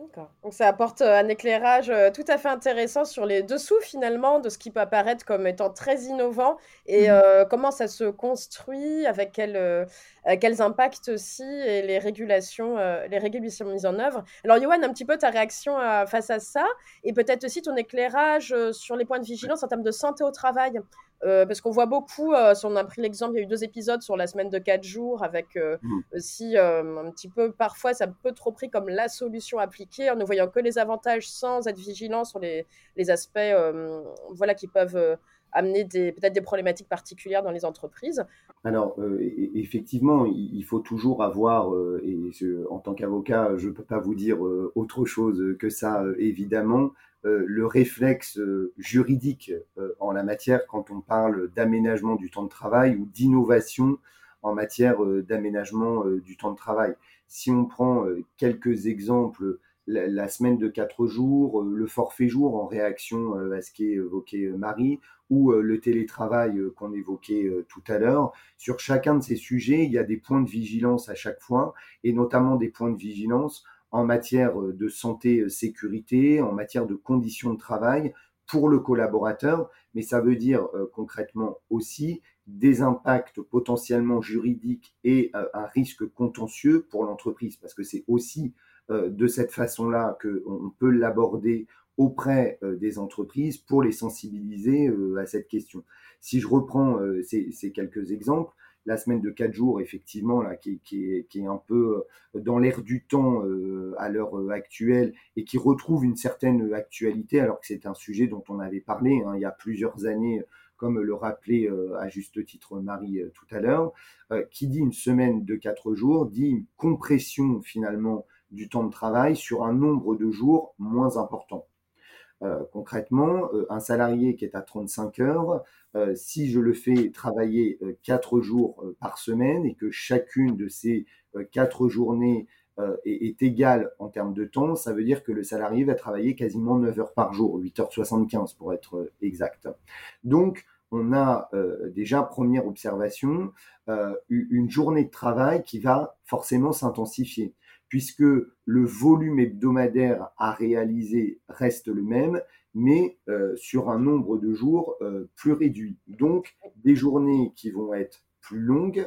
D'accord. Donc ça apporte, heu, un éclairage, heu, tout à fait intéressant sur les dessous finalement de ce qui peut apparaître comme étant très innovant et Mmh. heu, comment ça se construit, avec quels, heu heu, quels impacts aussi et les régulations, heu, les régulations mises en œuvre. Alors Yoann, un petit peu ta réaction à face à ça et peut-être aussi ton éclairage, heu, sur les points de vigilance en termes de santé au travail? Heu, parce qu'on voit beaucoup, heu, si on a pris l'exemple, il y a eu deux épisodes sur la semaine de quatre jours avec, heu, Mmh. aussi, hem, un petit peu parfois ça peut trop pris comme la solution appliquée en ne voyant que les avantages sans être vigilant sur les les aspects, hem, voilà qui peuvent, heu, amener des peut-être des problématiques particulières dans les entreprises. Alors, heu, e e effectivement, il il faut toujours avoir, heu et je en tant qu'avocat, je ne peux pas vous dire, heu, autre chose, que ça, heu, évidemment, heu, le réflexe, heu, juridique, heu, en la matière quand on parle d'aménagement du temps de travail ou d'innovation en matière, heu, d'aménagement, heu, du temps de travail. Si on prend, heu, quelques exemples, la la semaine de quatre jours, heu, le forfait jour en réaction, heu, à ce qu'évoquait, heu, Marie ou, heu, le télétravail, heu, qu'on évoquait, heu, tout à l'heure. Sur chacun de ces sujets, il y a des points de vigilance à chaque fois, et notamment des points de vigilance en matière de santé, sécurité, en matière de conditions de travail pour le collaborateur, mais ça veut dire euh, concrètement aussi des impacts potentiellement juridiques et euh, un risque contentieux pour l'entreprise, parce que c'est aussi euh, de cette façon-là qu'on peut l'aborder auprès euh, des entreprises pour les sensibiliser euh, à cette question. Si je reprends euh, ces, ces quelques exemples, la semaine de quatre jours, effectivement, là, qui, qui, est, qui est un peu dans l'air du temps euh, à l'heure actuelle et qui retrouve une certaine actualité, alors que c'est un sujet dont on avait parlé hein, il y a plusieurs années, comme le rappelait euh, à juste titre Marie euh, tout à l'heure, euh, qui dit une semaine de quatre jours, dit une compression finalement du temps de travail sur un nombre de jours moins important. Euh, concrètement, euh, un salarié qui est à trente-cinq heures, euh, si je le fais travailler euh, quatre jours euh, par semaine et que chacune de ces euh, quatre journées euh, est, est égale en termes de temps, ça veut dire que le salarié va travailler quasiment neuf heures par jour, huit heures soixante-quinze pour être euh, exact. Donc, on a euh, déjà, première observation, euh, une journée de travail qui va forcément s'intensifier, puisque le volume hebdomadaire à réaliser reste le même, mais euh, sur un nombre de jours euh, plus réduit. Donc, des journées qui vont être plus longues,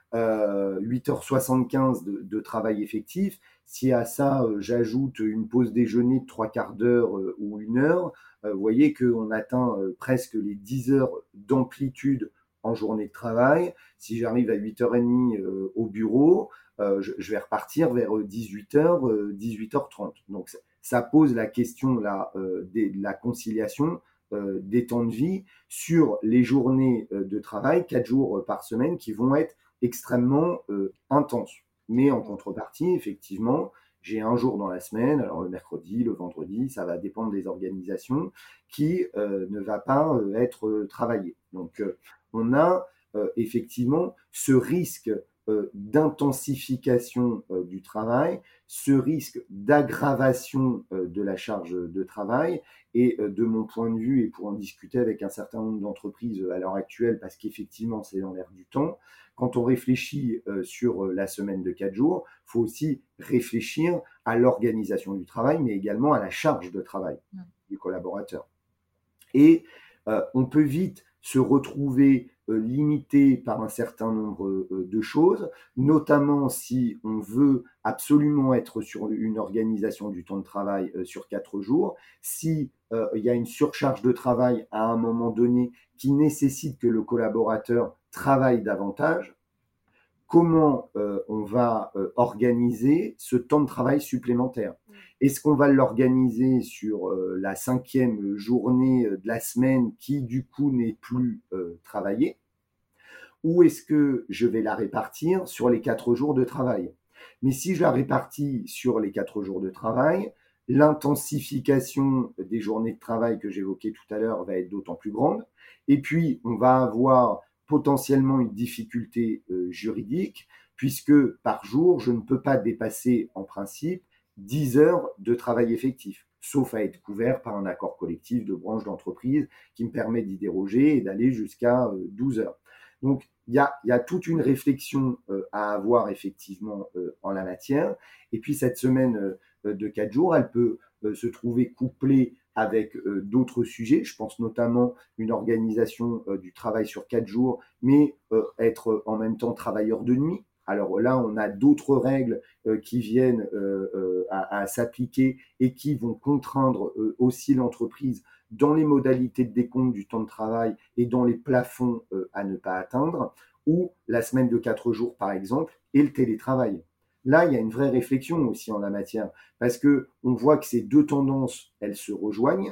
euh, huit heures soixante-quinze de, de travail effectif. Si à ça, euh, j'ajoute une pause déjeuner de trois quarts d'heure euh, ou une heure, euh, vous voyez qu'on atteint euh, presque les dix heures d'amplitude en journée de travail. Si j'arrive à huit heures trente euh, au bureau, euh, je, je vais repartir vers dix-huit heures, euh, dix-huit heures trente. Donc ça, ça pose la question là, euh, des, de la conciliation euh, des temps de vie sur les journées euh, de travail, quatre jours par semaine, qui vont être extrêmement euh, intenses. Mais en contrepartie, effectivement, j'ai un jour dans la semaine, alors le mercredi, le vendredi, ça va dépendre des organisations, qui euh, ne va pas euh, être euh, travaillé. Donc euh, on a euh, effectivement ce risque euh, d'intensification euh, du travail, ce risque d'aggravation euh, de la charge de travail, et euh, de mon point de vue, et pour en discuter avec un certain nombre d'entreprises à l'heure actuelle, parce qu'effectivement c'est dans l'air du temps, quand on réfléchit euh, sur la semaine de quatre jours, il faut aussi réfléchir à l'organisation du travail, mais également à la charge de travail Mmh. du collaborateur. Et euh, on peut vite se retrouver euh, limité par un certain nombre euh, de choses, notamment si on veut absolument être sur une organisation du temps de travail euh, sur quatre jours, si euh, il y a une surcharge de travail à un moment donné qui nécessite que le collaborateur travaille davantage, comment euh, on va euh, organiser ce temps de travail supplémentaire. Est-ce qu'on va l'organiser sur euh, la cinquième journée de la semaine qui, du coup, n'est plus euh, travaillée, ou est-ce que je vais la répartir sur les quatre jours de travail? Mais si je la répartis sur les quatre jours de travail, l'intensification des journées de travail que j'évoquais tout à l'heure va être d'autant plus grande. Et puis, on va avoir potentiellement une difficulté euh, juridique, puisque par jour, je ne peux pas dépasser en principe dix heures de travail effectif, sauf à être couvert par un accord collectif de branche d'entreprise qui me permet d'y déroger et d'aller jusqu'à euh, douze heures. Donc, il y a, y a toute une réflexion euh, à avoir effectivement euh, en la matière. Et puis, cette semaine euh, de quatre jours, elle peut euh, se trouver couplée avec euh, d'autres sujets. Je pense notamment une organisation euh, du travail sur quatre jours, mais euh, être en même temps travailleur de nuit. Alors là, on a d'autres règles euh, qui viennent euh, euh, à, à s'appliquer et qui vont contraindre euh, aussi l'entreprise dans les modalités de décompte du temps de travail et dans les plafonds euh, à ne pas atteindre, ou la semaine de quatre jours, par exemple, et le télétravail. Là, il y a une vraie réflexion aussi en la matière, parce que on voit que ces deux tendances, elles se rejoignent,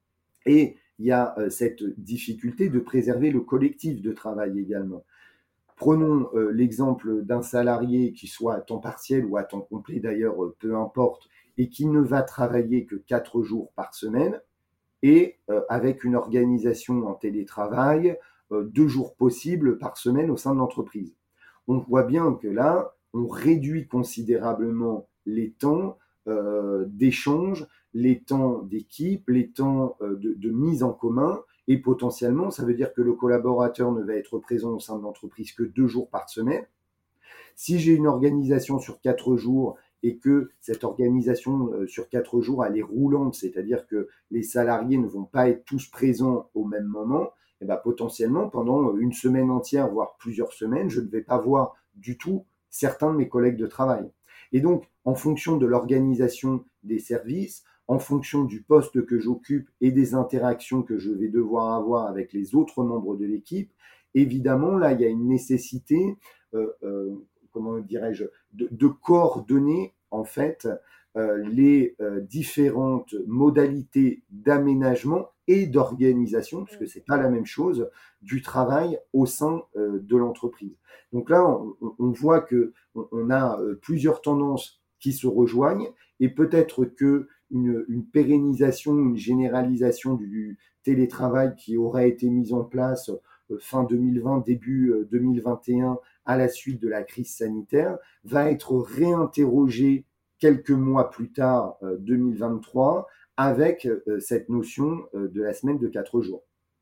et il y a euh, cette difficulté de préserver le collectif de travail également. Prenons euh, l'exemple d'un salarié qui soit à temps partiel ou à temps complet d'ailleurs, euh, peu importe, et qui ne va travailler que quatre jours par semaine, et euh, avec une organisation en télétravail, euh, deux jours possibles par semaine au sein de l'entreprise. On voit bien que là, on réduit considérablement les temps euh, d'échange, les temps d'équipe, les temps euh, de, de mise en commun, et potentiellement, ça veut dire que le collaborateur ne va être présent au sein de l'entreprise que deux jours par semaine. Si j'ai une organisation sur quatre jours et que cette organisation euh, sur quatre jours, elle est roulante, c'est-à-dire que les salariés ne vont pas être tous présents au même moment, et ben potentiellement, pendant une semaine entière, voire plusieurs semaines, je ne vais pas voir du tout certains de mes collègues de travail. Et donc, en fonction de l'organisation des services, en fonction du poste que j'occupe et des interactions que je vais devoir avoir avec les autres membres de l'équipe, évidemment, là, il y a une nécessité, euh, euh, comment dirais-je, de, de coordonner, en fait, euh, les euh, différentes modalités d'aménagement et d'organisation, puisque c'est pas la même chose, du travail au sein euh, de l'entreprise. Donc là, on, on voit que on, on a euh, plusieurs tendances qui se rejoignent, et peut-être que une, une pérennisation, une généralisation du, du télétravail qui aurait été mise en place euh, fin deux mille vingt, début euh, deux mille vingt et un, à la suite de la crise sanitaire, va être réinterrogée quelques mois plus tard, euh, deux mille vingt-trois, avec euh, cette notion euh, de la semaine de quatre jours.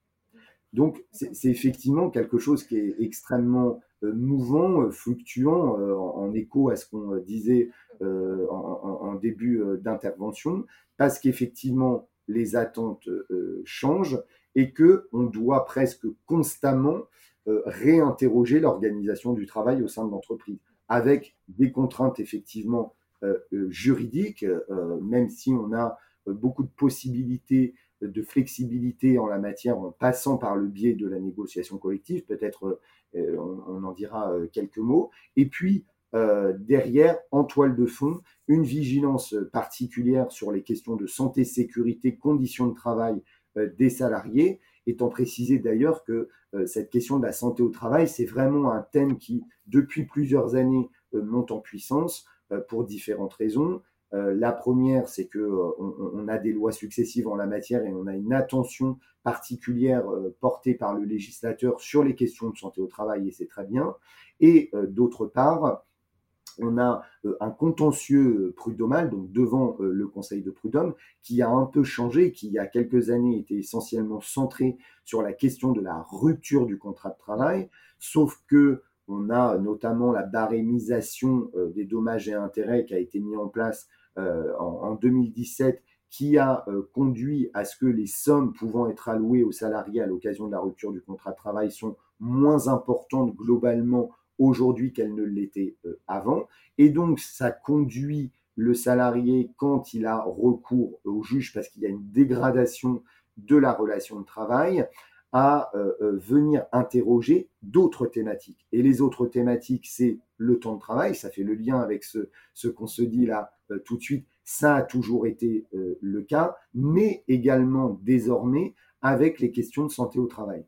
Donc, c'est, c'est effectivement quelque chose qui est extrêmement euh, mouvant, euh, fluctuant, euh, en, en écho à ce qu'on euh, disait euh, en, en, en début euh, d'intervention, parce qu'effectivement, les attentes euh, changent et qu'on doit presque constamment euh, réinterroger l'organisation du travail au sein de l'entreprise, avec des contraintes effectivement euh, euh, juridiques, euh, même si on a euh, beaucoup de possibilités de flexibilité en la matière en passant par le biais de la négociation collective, peut-être euh, on, on en dira euh, quelques mots, et puis euh, derrière, en toile de fond, une vigilance particulière sur les questions de santé, sécurité, conditions de travail euh, des salariés, étant précisé d'ailleurs que euh, cette question de la santé au travail, c'est vraiment un thème qui, depuis plusieurs années, euh, monte en puissance euh, pour différentes raisons. Euh, la première, c'est que euh, on, on a des lois successives en la matière et on a une attention particulière euh, portée par le législateur sur les questions de santé au travail, et c'est très bien. Et euh, d'autre part, on a euh, un contentieux prud'homal, donc devant euh, le Conseil de prud'homme, qui a un peu changé, qui il y a quelques années était essentiellement centré sur la question de la rupture du contrat de travail, sauf que on a notamment la barémisation euh, des dommages et intérêts qui a été mis en place euh, en, en deux mille dix-sept, qui a euh, conduit à ce que les sommes pouvant être allouées aux salariés à l'occasion de la rupture du contrat de travail sont moins importantes globalement aujourd'hui qu'elles ne l'étaient euh, avant. Et donc, ça conduit le salarié, quand il a recours au juge, parce qu'il y a une dégradation de la relation de travail, à euh, euh, venir interroger d'autres thématiques. Et les autres thématiques, c'est le temps de travail, ça fait le lien avec ce, ce qu'on se dit là euh, tout de suite, ça a toujours été euh, le cas, mais également désormais avec les questions de santé au travail.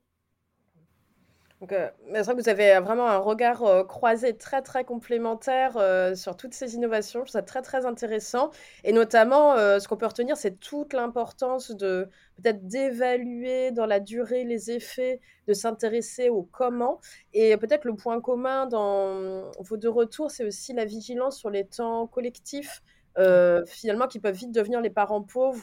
Donc, euh, c'est vrai que vous avez vraiment un regard euh, croisé très très complémentaire euh, sur toutes ces innovations. Je trouve ça très très intéressant. Et notamment, euh, ce qu'on peut retenir, c'est toute l'importance de peut-être d'évaluer dans la durée les effets, de s'intéresser au comment. Et peut-être le point commun dans vos deux retours, c'est aussi la vigilance sur les temps collectifs. Euh, finalement, qui peuvent vite devenir les parents pauvres, où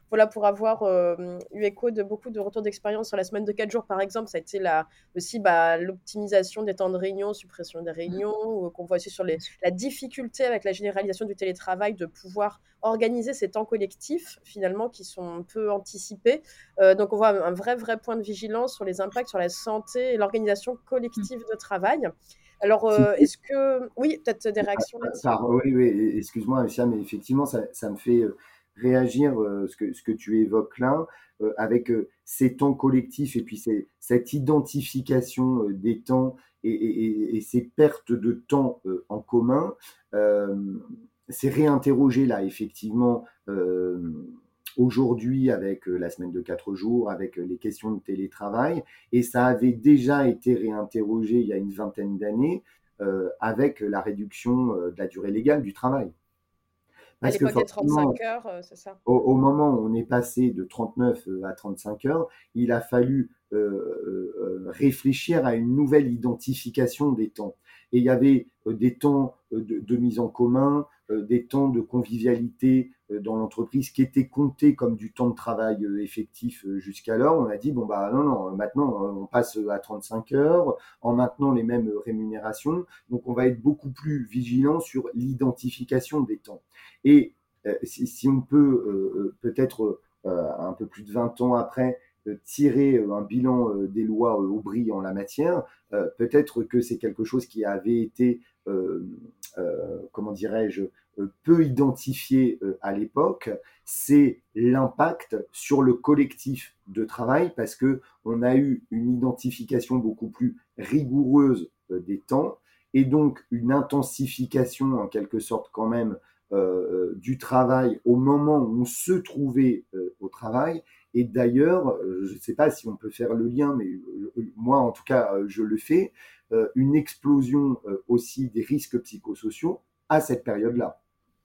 voilà, pour avoir euh, eu écho de beaucoup de retours d'expérience sur la semaine de quatre jours, par exemple, ça a été la, aussi bah, l'optimisation des temps de réunion, suppression des réunions, ou qu'on voit aussi sur les, la difficulté avec la généralisation du télétravail de pouvoir organiser ces temps collectifs, finalement, qui sont peu anticipés. Euh, donc, on voit un vrai, vrai point de vigilance sur les impacts sur la santé et l'organisation collective de travail. Alors, euh, est-ce que... Oui, peut-être des réactions là-dessus. Par, oui, oui, excuse-moi, Lucia, mais effectivement, ça, ça me fait réagir euh, ce, que, ce que tu évoques là, euh, avec euh, ces temps collectifs et puis c'est, cette identification euh, des temps et, et, et, ces pertes de temps euh, en commun. Euh, c'est réinterroger là, effectivement, euh, aujourd'hui avec euh, la semaine de quatre jours, avec euh, les questions de télétravail, et ça avait déjà été réinterrogé il y a une vingtaine d'années euh, avec la réduction euh, de la durée légale du travail. Parce à l'époque que des trente-cinq heures, euh, c'est ça. Au, au moment où on est passé de trente-neuf à trente-cinq heures, il a fallu euh, euh, réfléchir à une nouvelle identification des temps. Et il y avait euh, des temps de, de mise en commun, euh, des temps de convivialité euh, dans l'entreprise qui étaient comptés comme du temps de travail euh, effectif euh, jusqu'alors. On a dit, bon, bah non, non, maintenant on passe à trente-cinq heures en maintenant les mêmes rémunérations. Donc on va être beaucoup plus vigilant sur l'identification des temps. Et euh, si, si on peut euh, peut-être euh, un peu plus de vingt ans après tirer un bilan des lois Aubry en la matière, euh, peut-être que c'est quelque chose qui avait été, euh, euh, comment dirais-je, peu identifié euh, à l'époque, c'est l'impact sur le collectif de travail parce que on a eu une identification beaucoup plus rigoureuse euh, des temps et donc une intensification en quelque sorte quand même euh, du travail au moment où on se trouvait euh, au travail. Et d'ailleurs, je ne sais pas si on peut faire le lien, mais moi, en tout cas, je le fais, une explosion aussi des risques psychosociaux à cette période-là.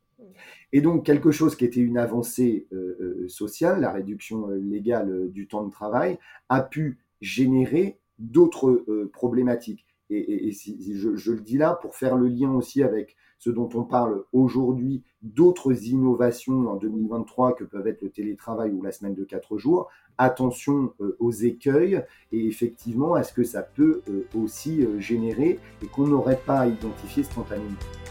Et donc, quelque chose qui était une avancée sociale, la réduction légale du temps de travail, a pu générer d'autres problématiques. Et, et, et si, je, je le dis là pour faire le lien aussi avec ce dont on parle aujourd'hui, d'autres innovations en deux mille vingt-trois que peuvent être le télétravail ou la semaine de quatre jours. Attention euh, aux écueils et effectivement à ce que ça peut euh, aussi euh, générer et qu'on n'aurait pas à identifier spontanément.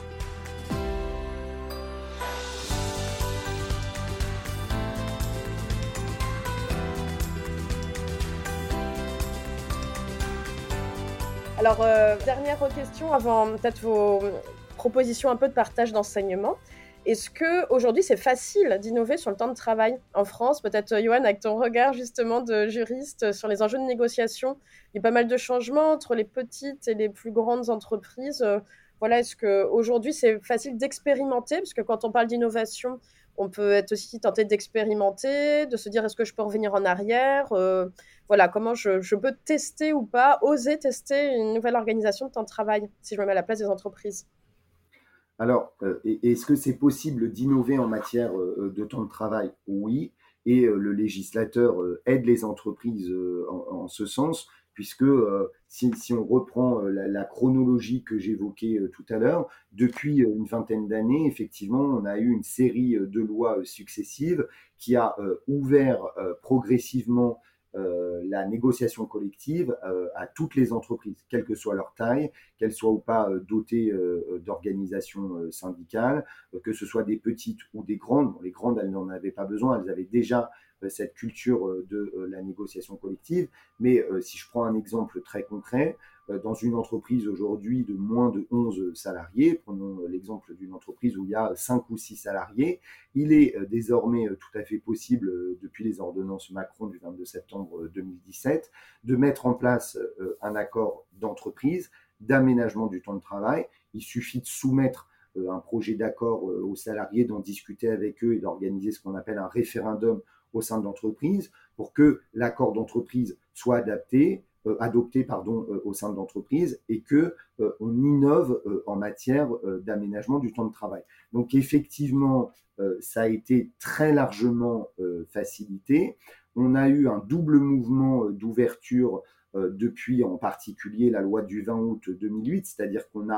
Alors, euh, dernière question avant peut-être vos propositions un peu de partage d'enseignement. Est-ce qu'aujourd'hui, c'est facile d'innover sur le temps de travail en France? Peut-être, Yoann, avec ton regard justement de juriste sur les enjeux de négociation, il y a pas mal de changements entre les petites et les plus grandes entreprises. Voilà, est-ce qu'aujourd'hui, c'est facile d'expérimenter? Parce que quand on parle d'innovation, on peut être aussi tenté d'expérimenter, de se dire est-ce que je peux revenir en arrière euh, Voilà, comment je, je peux tester ou pas, oser tester une nouvelle organisation de temps de travail, si je me mets à la place des entreprises. Alors, euh, est-ce que c'est possible d'innover en matière euh, de temps de travail? Oui, et euh, le législateur euh, aide les entreprises euh, en, en ce sens, puisque euh, si, si on reprend euh, la, la chronologie que j'évoquais euh, tout à l'heure, depuis euh, une vingtaine d'années, effectivement, on a eu une série de lois euh, successives qui a euh, ouvert euh, progressivement Euh, la négociation collective euh, à toutes les entreprises, quelle que soit leur taille, qu'elles soient ou pas euh, dotées euh, d'organisations euh, syndicales, euh, que ce soit des petites ou des grandes. Bon, les grandes, elles n'en avaient pas besoin, elles avaient déjà euh, cette culture euh, de euh, la négociation collective. Mais euh, si je prends un exemple très concret, euh, dans une entreprise aujourd'hui de moins de onze salariés, prenons l'exemple d'une entreprise où il y a cinq ou six salariés, il est euh, désormais euh, tout à fait possible, euh, depuis les ordonnances Macron du vingt-deux septembre deux mille dix-sept, de mettre en place euh, un accord d'entreprise d'aménagement du temps de travail. Il suffit de soumettre euh, un projet d'accord euh, aux salariés, d'en discuter avec eux et d'organiser ce qu'on appelle un référendum au sein de l'entreprise pour que l'accord d'entreprise soit adapté, euh, adopté pardon, euh, au sein de l'entreprise et que euh, on innove euh, en matière euh, d'aménagement du temps de travail. Donc effectivement, euh, ça a été très largement euh, facilité. On a eu un double mouvement d'ouverture euh, depuis en particulier la loi du vingt août deux mille huit, c'est-à-dire qu'on a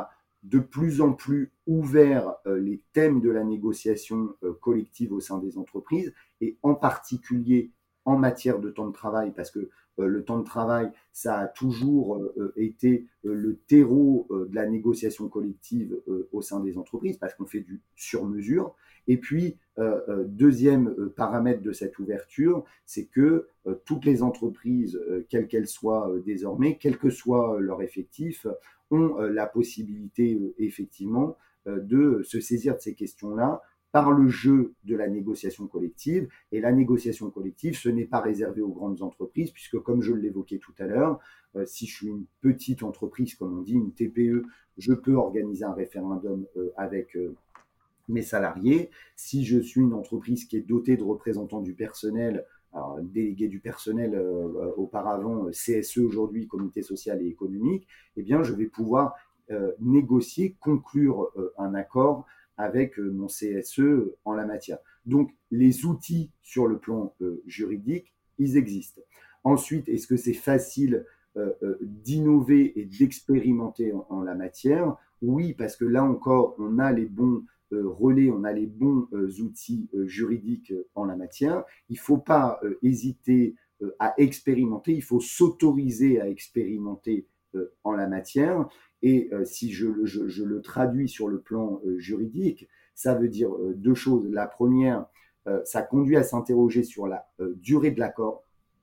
de plus en plus ouvert euh, les thèmes de la négociation euh, collective au sein des entreprises, et en particulier en matière de temps de travail, parce que euh, le temps de travail, ça a toujours euh, été euh, le terreau euh, de la négociation collective euh, au sein des entreprises, parce qu'on fait du sur-mesure. Et puis, euh, euh, deuxième euh, paramètre de cette ouverture, c'est que euh, toutes les entreprises, euh, quelles qu'elles soient euh, désormais, quel que soit euh, leur effectif, ont euh, la possibilité, euh, effectivement, euh, de se saisir de ces questions-là par le jeu de la négociation collective. Et la négociation collective, ce n'est pas réservé aux grandes entreprises, puisque comme je l'évoquais tout à l'heure, euh, si je suis une petite entreprise, comme on dit, une T P E, je peux organiser un référendum euh, avec euh, mes salariés. Si je suis une entreprise qui est dotée de représentants du personnel, alors, délégué du personnel euh, auparavant, C S E aujourd'hui, comité social et économique, eh bien, je vais pouvoir euh, négocier, conclure euh, un accord avec euh, mon C S E en la matière. Donc, les outils sur le plan euh, juridique, ils existent. Ensuite, est-ce que c'est facile euh, euh, d'innover et d'expérimenter en, en la matière? Oui, parce que là encore, on a les bons euh, relais, on a les bons euh, outils euh, juridiques euh, en la matière. Il ne faut pas euh, hésiter euh, à expérimenter, il faut s'autoriser à expérimenter euh, en la matière. Et euh, si je, je, je le traduis sur le plan euh, juridique, ça veut dire euh, deux choses. La première, euh, ça conduit à s'interroger sur la euh, durée de l'accord.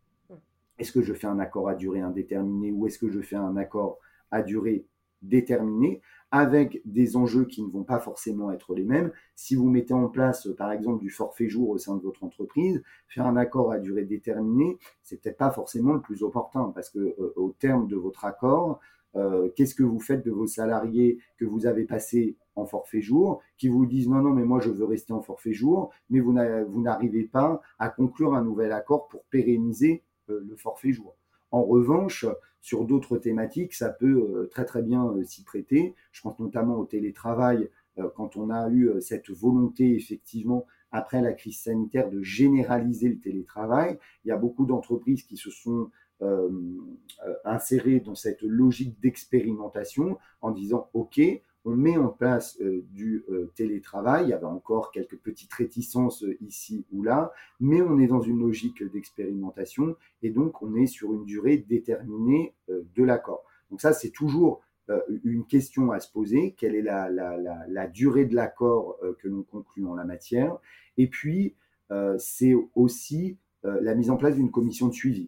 Est-ce que je fais un accord à durée indéterminée ou est-ce que je fais un accord à durée déterminée, avec des enjeux qui ne vont pas forcément être les mêmes? Si vous mettez en place, par exemple, du forfait jour au sein de votre entreprise, faire un accord à durée déterminée, c'est peut-être pas forcément le plus opportun, parce que euh, au terme de votre accord, euh, qu'est-ce que vous faites de vos salariés que vous avez passés en forfait jour, qui vous disent non, non, mais moi je veux rester en forfait jour, mais vous n'arrivez pas à conclure un nouvel accord pour pérenniser euh, le forfait jour. En revanche, sur d'autres thématiques, ça peut euh, très très bien euh, s'y prêter. Je pense notamment au télétravail, euh, quand on a eu euh, cette volonté effectivement après la crise sanitaire de généraliser le télétravail. Il y a beaucoup d'entreprises qui se sont euh, euh, insérées dans cette logique d'expérimentation en disant ok, on met en place euh, du euh, télétravail. Il y avait encore quelques petites réticences euh, ici ou là, mais on est dans une logique d'expérimentation et donc on est sur une durée déterminée euh, de l'accord. Donc ça, c'est toujours euh, une question à se poser. Quelle est la, la, la, la durée de l'accord euh, que l'on conclut en la matière? Et puis, euh, c'est aussi euh, la mise en place d'une commission de suivi.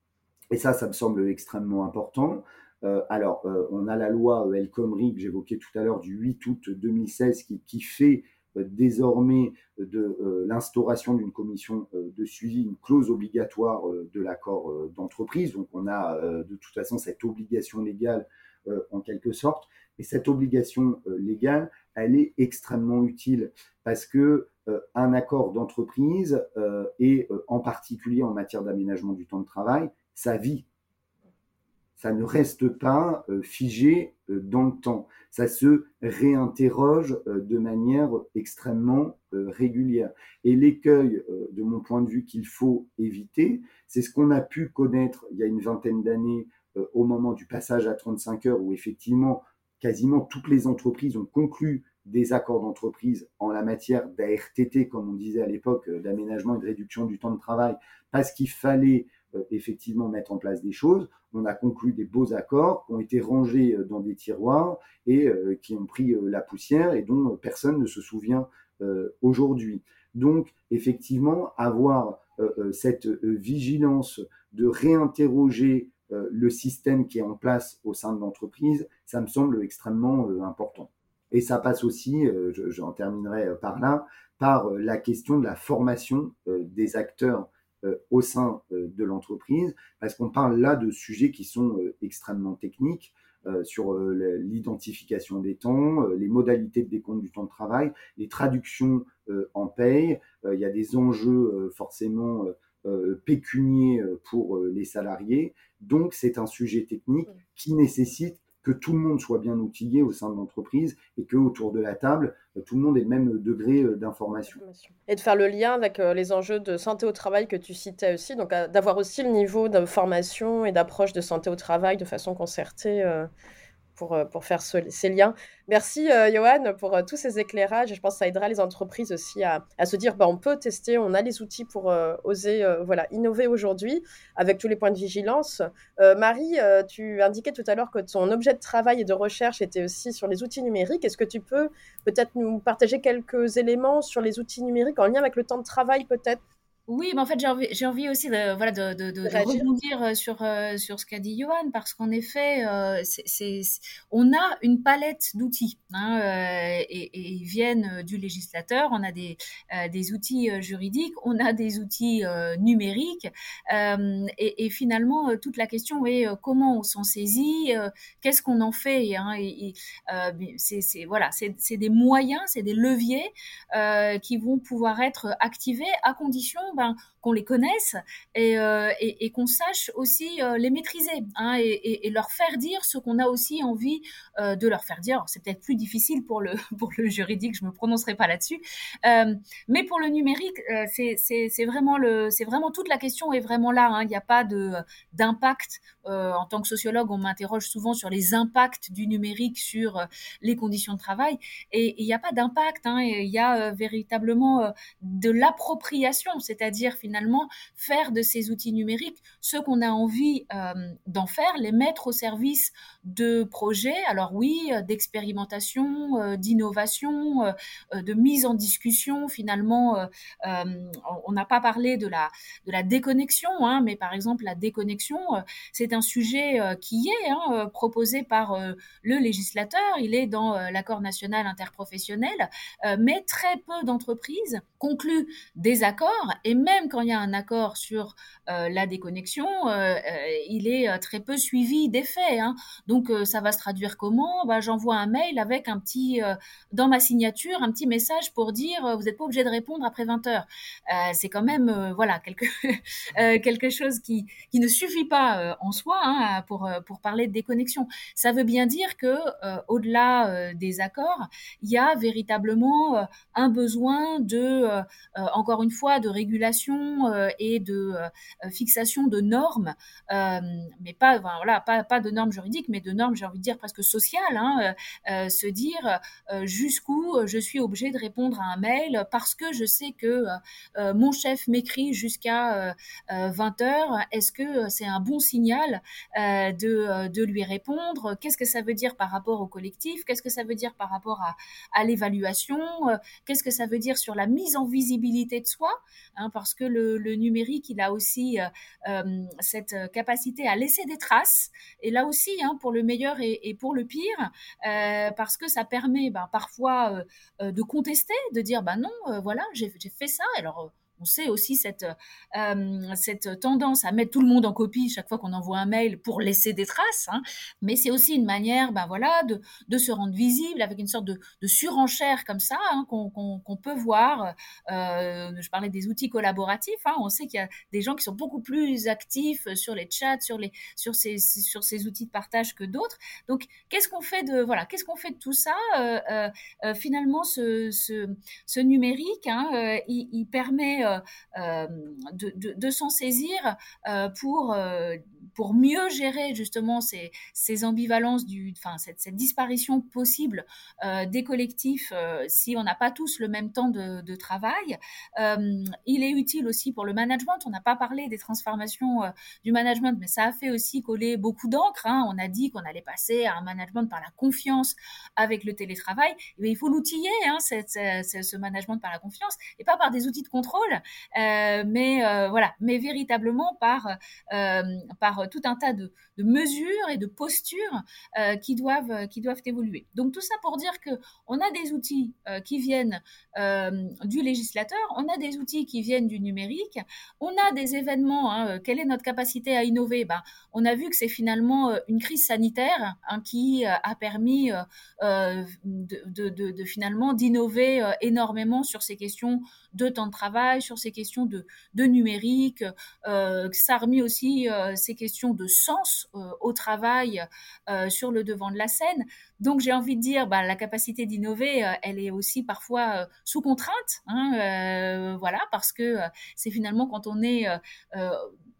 Et ça, ça me semble extrêmement important. Euh, alors, euh, on a la loi El Khomri que j'évoquais tout à l'heure du huit août deux mille seize qui, qui fait euh, désormais de euh, l'instauration d'une commission euh, de suivi, une clause obligatoire euh, de l'accord euh, d'entreprise. Donc, on a euh, de toute façon cette obligation légale euh, en quelque sorte. Et cette obligation euh, légale, elle est extrêmement utile parce que euh, un accord d'entreprise euh, et euh, en particulier en matière d'aménagement du temps de travail, ça vit. Ça ne reste pas euh, figé euh, dans le temps. Ça se réinterroge euh, de manière extrêmement euh, régulière. Et l'écueil, euh, de mon point de vue, qu'il faut éviter, c'est ce qu'on a pu connaître il y a une vingtaine d'années euh, au moment du passage à trente-cinq heures, où effectivement, quasiment toutes les entreprises ont conclu des accords d'entreprise en la matière d'A R T T, comme on disait à l'époque, euh, d'aménagement et de réduction du temps de travail, parce qu'il fallait euh, effectivement mettre en place des choses. On a conclu des beaux accords qui ont été rangés dans des tiroirs et euh, qui ont pris euh, la poussière et dont personne ne se souvient euh, aujourd'hui. Donc, effectivement, avoir euh, cette euh, vigilance de réinterroger euh, le système qui est en place au sein de l'entreprise, ça me semble extrêmement euh, important. Et ça passe aussi, euh, je, j'en terminerai par là, par euh, la question de la formation euh, des acteurs Euh, au sein euh, de l'entreprise, parce qu'on parle là de sujets qui sont euh, extrêmement techniques euh, sur euh, l'identification des temps, euh, les modalités de décompte du temps de travail, les traductions euh, en paye. Euh, il y a des enjeux euh, forcément euh, pécuniers pour euh, les salariés. Donc, c'est un sujet technique qui nécessite que tout le monde soit bien outillé au sein de l'entreprise et qu'autour de la table, tout le monde ait le même degré d'information. Et de faire le lien avec les enjeux de santé au travail que tu citais aussi, donc d'avoir aussi le niveau de formation et d'approche de santé au travail de façon concertée euh, pour, euh, pour faire ce- ces liens. Merci, euh, Johan, pour euh, tous ces éclairages. Je pense que ça aidera les entreprises aussi à, à se dire, bah, on peut tester, on a les outils pour euh, oser euh, voilà, innover aujourd'hui avec tous les points de vigilance. Euh, Marie, euh, tu indiquais tout à l'heure que ton objet de travail et de recherche était aussi sur les outils numériques. Est-ce que tu peux peut-être nous partager quelques éléments sur les outils numériques en lien avec le temps de travail peut-être? Oui, mais en fait, j'ai envie, j'ai envie aussi de, voilà, de, de, de, de Réagir. rebondir euh, sur, euh, sur ce qu'a dit Johan, parce qu'en effet, euh, c'est, c'est, c'est- on a une palette d'outils, hein, euh, et, et ils viennent euh, du législateur. On a des, euh, des outils euh, juridiques, on a des outils euh, numériques, euh, et, et finalement, euh, toute la question est euh, comment on s'en saisit, euh, qu'est-ce qu'on en fait, hein, et, et, euh, c'est, c'est, voilà, c'est, c'est des moyens, c'est des leviers euh, qui vont pouvoir être activés à condition ben, qu'on les connaisse et, euh, et, et qu'on sache aussi euh, les maîtriser, hein, et, et, et leur faire dire ce qu'on a aussi envie euh, de leur faire dire. Alors, c'est peut-être plus difficile pour le, pour le juridique, je me prononcerai pas là-dessus, euh, mais pour le numérique, euh, c'est, c'est, c'est, vraiment le, c'est vraiment toute la question est vraiment là, hein. Il n'y a pas de, d'impact. Euh, en tant que sociologue, on m'interroge souvent sur les impacts du numérique sur euh, les conditions de travail, et il n'y a pas d'impact, hein. Il y a euh, véritablement euh, de l'appropriation, c'est-à-dire finalement faire de ces outils numériques ce qu'on a envie euh, d'en faire, les mettre au service de projets, alors oui, euh, d'expérimentation, euh, d'innovation, euh, euh, de mise en discussion. Finalement, euh, euh, on n'a pas parlé de la, de la déconnexion, hein, mais par exemple, la déconnexion, euh, c'est un sujet euh, qui est hein, euh, proposé par euh, le législateur, il est dans euh, l'accord national interprofessionnel, euh, mais très peu d'entreprises concluent des accords, et même quand il y a un accord sur euh, la déconnexion, euh, euh, il est euh, très peu suivi des faits, hein. Donc euh, ça va se traduire comment? Bah, j'envoie un mail avec un petit, euh, dans ma signature, un petit message pour dire euh, vous n'êtes pas obligé de répondre après vingt heures. Euh, c'est quand même euh, voilà quelque, euh, quelque chose qui, qui ne suffit pas euh, en soi, hein, pour, pour parler de déconnexion. Ça veut bien dire que euh, au-delà euh, des accords, il y a véritablement euh, un besoin de, euh, euh, encore une fois, de régulation euh, et de euh, fixation de normes, euh, mais pas, enfin, voilà, pas, pas de normes juridiques, mais de normes, j'ai envie de dire presque sociales, hein, euh, se dire euh, jusqu'où je suis obligé de répondre à un mail parce que je sais que euh, mon chef m'écrit jusqu'à euh, vingt heures. Est-ce que c'est un bon signal euh, de, de lui répondre? Qu'est-ce que ça veut dire par rapport au collectif? Qu'est-ce que ça veut dire par rapport à, à l'évaluation? Qu'est-ce que ça veut dire sur la mise en visibilité de soi, hein, parce que le, le numérique, il a aussi euh, euh, cette capacité à laisser des traces, et là aussi, hein, pour le meilleur et, et pour le pire, euh, parce que ça permet ben, parfois euh, de contester, de dire bah non, euh, voilà, j'ai, j'ai fait ça, alors on sait aussi cette, euh, cette tendance à mettre tout le monde en copie chaque fois qu'on envoie un mail pour laisser des traces, hein, mais c'est aussi une manière ben voilà, de, de se rendre visible avec une sorte de, de surenchère comme ça, hein, qu'on, qu'on, qu'on peut voir. Euh, je parlais des outils collaboratifs, hein, on sait qu'il y a des gens qui sont beaucoup plus actifs sur les chats, sur, les, sur, ces, sur ces outils de partage que d'autres. Donc, qu'est-ce qu'on fait de, voilà, qu'est-ce qu'on fait de tout ça? euh, euh, Finalement, ce, ce, ce numérique, hein, euh, il, il permet Euh, de, de, de s'en saisir euh, pour, euh, pour mieux gérer justement ces, ces ambivalences, du, enfin, cette, cette disparition possible euh, des collectifs euh, si on n'a pas tous le même temps de, de travail. Euh, il est utile aussi pour le management. On n'a pas parlé des transformations euh, du management, mais ça a fait aussi coller beaucoup d'encre, hein. On a dit qu'on allait passer à un management par la confiance avec le télétravail. Et il faut l'outiller, hein, cette, cette, ce management par la confiance, et pas par des outils de contrôle, euh, mais euh, voilà, mais véritablement par euh, par tout un tas de, de mesures et de postures euh, qui doivent qui doivent évoluer. Donc tout ça pour dire que on a des outils euh, qui viennent euh, du législateur, on a des outils qui viennent du numérique, on a des événements. Hein, quelle est notre capacité à innover? Ben, on a vu que c'est finalement une crise sanitaire, hein, qui a permis euh, de, de, de, de finalement d'innover euh, énormément sur ces questions de temps de travail, sur ces questions de, de numérique. Euh, ça a remis aussi euh, ces questions de sens euh, au travail euh, sur le devant de la scène. Donc j'ai envie de dire, bah, la capacité d'innover, euh, elle est aussi parfois euh, sous contrainte, hein, euh, voilà, parce que euh, c'est finalement quand on est euh, euh,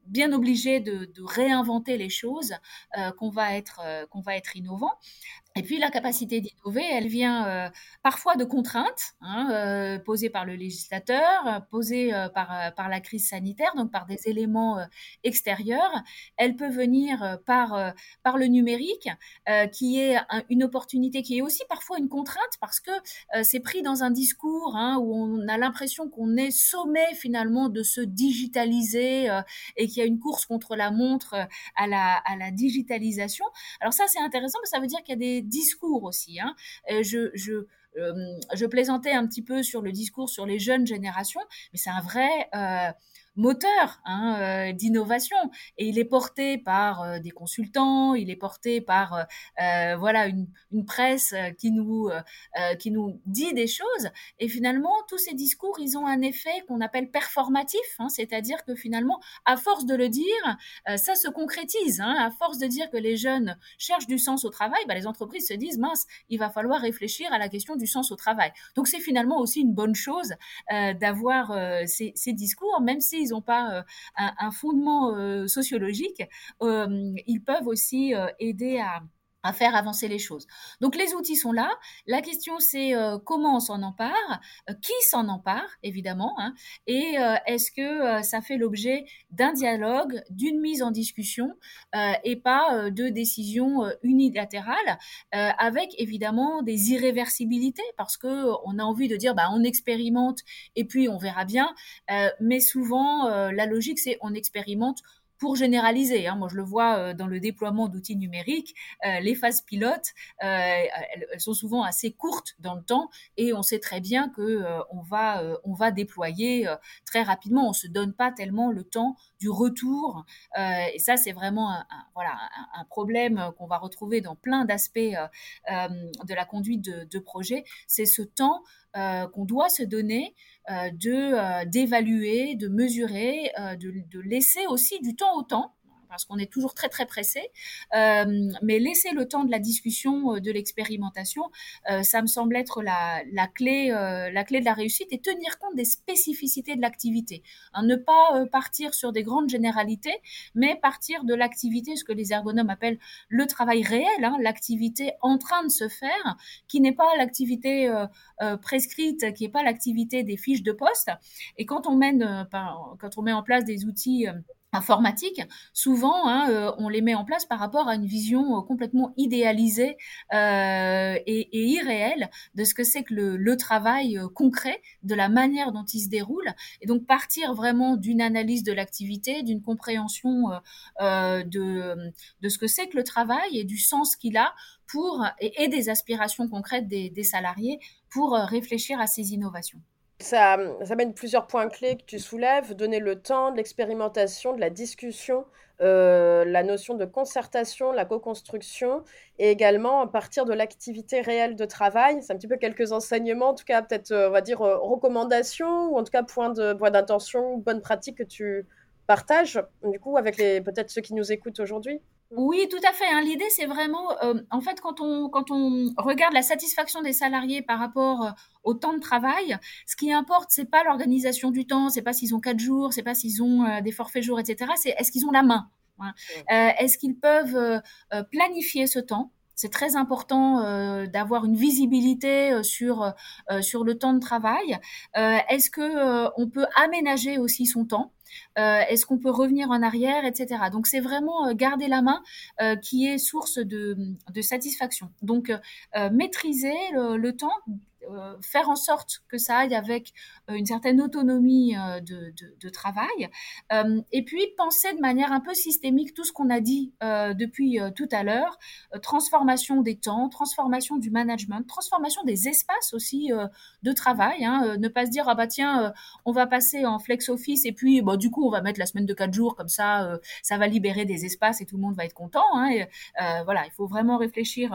bien obligé de, de réinventer les choses, euh, qu'on va être, euh, qu'on va être innovant. Et puis la capacité d'innover, elle vient euh, parfois de contraintes hein, euh, posées par le législateur, posées euh, par, euh, par la crise sanitaire, donc par des éléments euh, extérieurs. Elle peut venir euh, par, euh, par le numérique, euh, qui est un, une opportunité, qui est aussi parfois une contrainte, parce que euh, c'est pris dans un discours hein, où on a l'impression qu'on est sommé finalement de se digitaliser euh, et qu'il y a une course contre la montre à la, à la digitalisation. Alors ça, c'est intéressant, mais ça veut dire qu'il y a des discours aussi. Hein. Je, je, euh, je plaisantais un petit peu sur le discours sur les jeunes générations, mais c'est un vrai euh, moteur hein, euh, d'innovation. Et il est porté par euh, des consultants, il est porté par euh, euh, voilà une, une presse qui nous, euh, qui nous dit des choses. Et finalement, tous ces discours, ils ont un effet qu'on appelle performatif, hein, c'est-à-dire que finalement, à force de le dire, euh, ça se concrétise. Hein, à force de dire que les jeunes cherchent du sens au travail, bah, les entreprises se disent, mince, il va falloir réfléchir à la question du sens au travail. Donc c'est finalement aussi une bonne chose euh, d'avoir euh, ces, ces discours, même s'ils n'ont pas euh, un, un fondement euh, sociologique, euh, ils peuvent aussi euh, aider à à faire avancer les choses. Donc les outils sont là. La question c'est euh, comment on s'en empare, euh, qui s'en empare évidemment, hein, et euh, est-ce que euh, ça fait l'objet d'un dialogue, d'une mise en discussion euh, et pas euh, de décisions euh, unilatérales, euh, avec évidemment des irréversibilités parce que euh, on a envie de dire bah on expérimente et puis on verra bien, euh, mais souvent euh, la logique c'est on expérimente pour généraliser, hein, moi je le vois euh, dans le déploiement d'outils numériques, euh, les phases pilotes, euh, elles, elles sont souvent assez courtes dans le temps et on sait très bien que euh, on va euh, on va déployer euh, très rapidement. On se donne pas tellement le temps du retour euh, et ça c'est vraiment un, un voilà un, un problème qu'on va retrouver dans plein d'aspects euh, euh, de la conduite de, de projet. C'est ce temps euh, qu'on doit se donner euh, de euh, d'évaluer, de mesurer, euh, de, de laisser aussi du temps au temps, parce qu'on est toujours très très pressé, euh, mais laisser le temps de la discussion, euh, de l'expérimentation, euh, ça me semble être la, la clé, euh, la clé de la réussite et tenir compte des spécificités de l'activité. Hein, ne pas euh, partir sur des grandes généralités, mais partir de l'activité, ce que les ergonomes appellent le travail réel, hein, l'activité en train de se faire, qui n'est pas l'activité euh, euh, prescrite, qui n'est pas l'activité des fiches de poste. Et quand on mène, euh, par, quand on met en place des outils euh, informatiques, souvent hein, euh, on les met en place par rapport à une vision euh, complètement idéalisée euh, et, et irréelle de ce que c'est que le, le travail euh, concret, de la manière dont il se déroule, et donc partir vraiment d'une analyse de l'activité, d'une compréhension euh, euh, de, de ce que c'est que le travail et du sens qu'il a pour et, et des aspirations concrètes des, des salariés pour euh, réfléchir à ces innovations. Ça, ça mène plusieurs points clés que tu soulèves, donner le temps, de l'expérimentation, de la discussion, euh, la notion de concertation, la co-construction, et également à partir de l'activité réelle de travail. C'est un petit peu quelques enseignements, en tout cas peut-être, euh, on va dire, euh, recommandations, ou en tout cas points de, points d'intention, bonnes pratiques que tu partages, du coup, avec les, peut-être ceux qui nous écoutent aujourd'hui. Oui, tout à fait. Hein. L'idée, c'est vraiment, euh, en fait, quand on quand on regarde la satisfaction des salariés par rapport euh, au temps de travail, ce qui importe, c'est pas l'organisation du temps, c'est pas s'ils ont quatre jours, c'est pas s'ils ont euh, des forfaits jours, et cetera. C'est est-ce qu'ils ont la main, hein. Euh, est-ce qu'ils peuvent euh, euh, planifier ce temps? C'est très important euh, d'avoir une visibilité euh, sur euh, sur le temps de travail. Euh, est-ce que euh, on peut aménager aussi son temps? Euh, est-ce qu'on peut revenir en arrière, et cetera. Donc c'est vraiment euh, garder la main euh, qui est source de, de satisfaction. Donc euh, maîtriser le, le temps, euh, faire en sorte que ça aille avec euh, une certaine autonomie euh, de, de, de travail, euh, et puis penser de manière un peu systémique tout ce qu'on a dit euh, depuis euh, tout à l'heure, euh, transformation des temps, transformation du management, transformation des espaces aussi euh, de travail, hein, euh, ne pas se dire ah bah tiens euh, on va passer en flex office et puis bah, du coup on va mettre la semaine de quatre jours comme ça euh, ça va libérer des espaces et tout le monde va être content, hein, et, euh, voilà, il faut vraiment réfléchir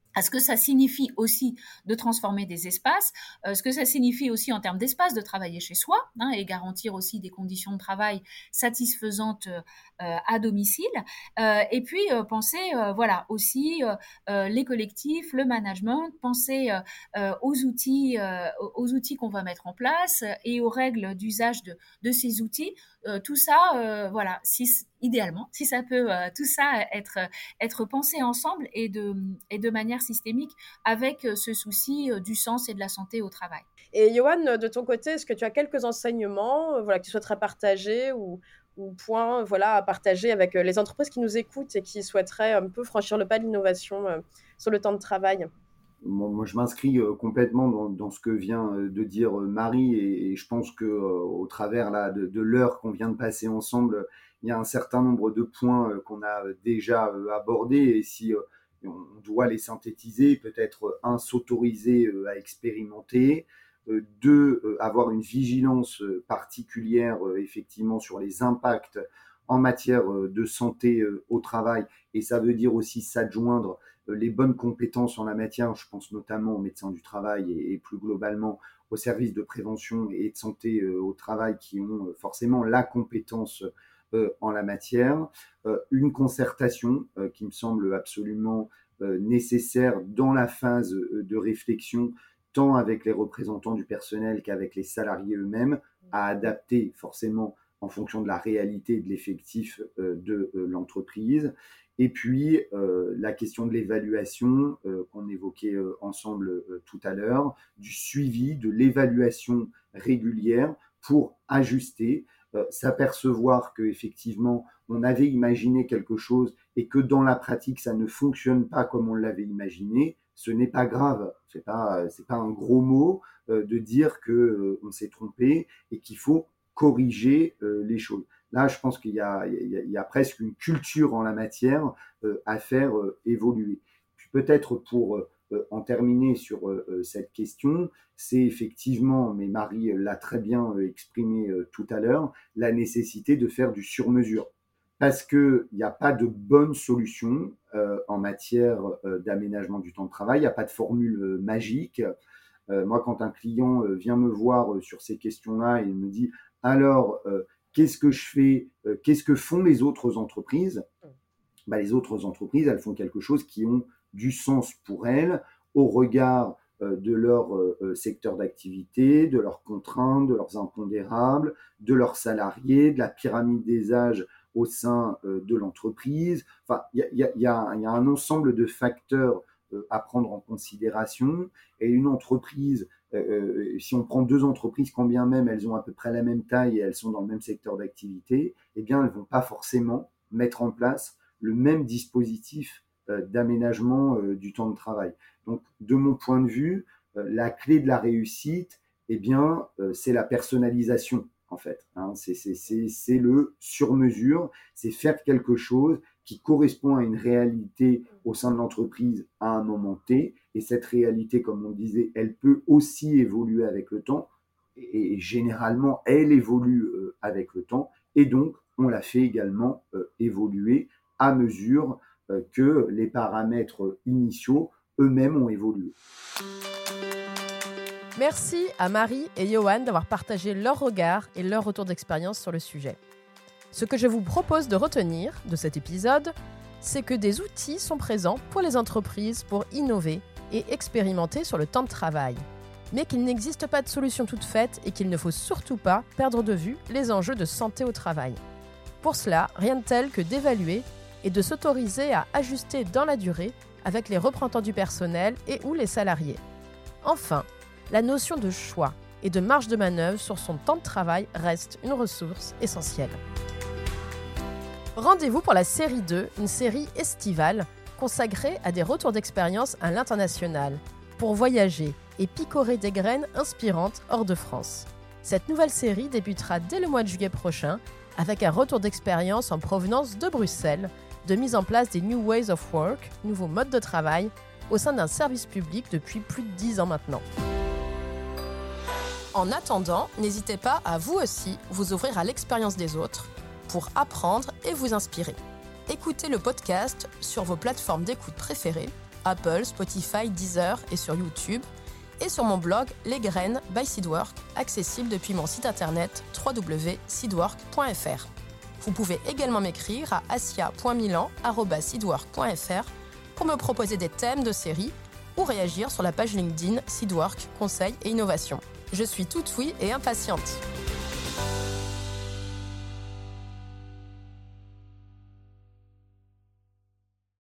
à ce que ça signifie aussi de transformer des espaces, euh, ce que ça signifie aussi en termes d'espace de travailler chez soi, hein, et garantir aussi des conditions de travail satisfaisantes euh, à domicile, euh, et puis euh, penser euh, voilà aussi euh, euh, les collectifs, le management, penser euh, aux outils euh, aux outils qu'on va mettre en place et aux règles d'usage de, de ces outils. Euh, tout ça, euh, voilà, si, idéalement, si ça peut euh, tout ça être être pensé ensemble et de et de manière systémique avec ce souci du sens et de la santé au travail. Et Yoann, de ton côté, est-ce que tu as quelques enseignements voilà, que tu souhaiterais partager ou, ou points voilà, à partager avec les entreprises qui nous écoutent et qui souhaiteraient un peu franchir le pas de l'innovation euh, sur le temps de travail? Moi, moi, je m'inscris euh, complètement dans, dans ce que vient euh, de dire euh, Marie et, et je pense que euh, au travers là, de, de l'heure qu'on vient de passer ensemble, il y a un certain nombre de points euh, qu'on a déjà euh, abordés et si euh, on doit les synthétiser, peut-être euh, un, s'autoriser euh, à expérimenter, euh, deux, euh, avoir une vigilance euh, particulière euh, effectivement sur les impacts en matière euh, de santé euh, au travail et ça veut dire aussi s'adjoindre les bonnes compétences en la matière, je pense notamment aux médecins du travail et, et plus globalement aux services de prévention et de santé euh, au travail qui ont forcément la compétence euh, en la matière. Euh, une concertation euh, qui me semble absolument euh, nécessaire dans la phase euh, de réflexion, tant avec les représentants du personnel qu'avec les salariés eux-mêmes, à adapter forcément en fonction de la réalité et de l'effectif euh, de euh, l'entreprise. Et puis, euh, la question de l'évaluation euh, qu'on évoquait euh, ensemble euh, tout à l'heure, du suivi, de l'évaluation régulière pour ajuster, euh, s'apercevoir qu'effectivement, on avait imaginé quelque chose et que dans la pratique, ça ne fonctionne pas comme on l'avait imaginé. Ce n'est pas grave, c'est pas, c'est pas un gros mot euh, de dire que euh, on s'est trompé et qu'il faut corriger euh, les choses. Là, je pense qu'il y a, il y a, il y a presque une culture en la matière euh, à faire euh, évoluer. Puis peut-être pour euh, en terminer sur euh, cette question, c'est effectivement, mais Marie l'a très bien euh, exprimé euh, tout à l'heure, la nécessité de faire du sur-mesure. Parce qu'il n'y a pas de bonne solution euh, en matière euh, d'aménagement du temps de travail, il n'y a pas de formule euh, magique. Euh, moi, quand un client euh, vient me voir euh, sur ces questions-là et il me dit « alors, euh, qu'est-ce que je fais euh, Qu'est-ce que font les autres entreprises ?» bah, les autres entreprises, elles font quelque chose qui ont du sens pour elles au regard euh, de leur euh, secteur d'activité, de leurs contraintes, de leurs impondérables, de leurs salariés, de la pyramide des âges au sein euh, de l'entreprise. Enfin, il y a, y, a, y a un ensemble de facteurs euh, à prendre en considération. Et une entreprise, euh, si on prend deux entreprises, quand bien même elles ont à peu près la même taille et elles sont dans le même secteur d'activité, eh bien, elles ne vont pas forcément mettre en place le même dispositif euh, d'aménagement euh, du temps de travail. Donc, de mon point de vue, euh, la clé de la réussite, eh bien, euh, c'est la personnalisation, en fait. Hein. C'est, c'est, c'est, c'est le sur-mesure, c'est faire quelque chose qui correspond à une réalité au sein de l'entreprise à un moment T. Et cette réalité, comme on disait, elle peut aussi évoluer avec le temps. Et, et généralement, elle évolue euh, avec le temps. Et donc, on la fait également euh, évoluer à mesure euh, que les paramètres initiaux eux-mêmes ont évolué. Merci à Marie et Yoann d'avoir partagé leur regard et leur retour d'expérience sur le sujet. Ce que je vous propose de retenir de cet épisode, c'est que des outils sont présents pour les entreprises pour innover et expérimenter sur le temps de travail, mais qu'il n'existe pas de solution toute faite et qu'il ne faut surtout pas perdre de vue les enjeux de santé au travail. Pour cela, rien de tel que d'évaluer et de s'autoriser à ajuster dans la durée avec les représentants du personnel et ou les salariés. Enfin, la notion de choix et de marge de manœuvre sur son temps de travail reste une ressource essentielle. Rendez-vous pour la série deux, une série estivale consacrée à des retours d'expérience à l'international, pour voyager et picorer des graines inspirantes hors de France. Cette nouvelle série débutera dès le mois de juillet prochain avec un retour d'expérience en provenance de Bruxelles, de mise en place des New Ways of Work, nouveaux modes de travail, au sein d'un service public depuis plus de dix ans maintenant. En attendant, n'hésitez pas à vous aussi vous ouvrir à l'expérience des autres pour apprendre et vous inspirer. Écoutez le podcast sur vos plateformes d'écoute préférées Apple, Spotify, Deezer et sur YouTube, et sur mon blog Les Graines by Seedwork, accessible depuis mon site internet w w w point seedwork point f r. Vous pouvez également m'écrire à asia point milan arobase seedwork point f r pour me proposer des thèmes de séries ou réagir sur la page LinkedIn Seedwork, Conseil et Innovation. Je suis toute oui et impatiente.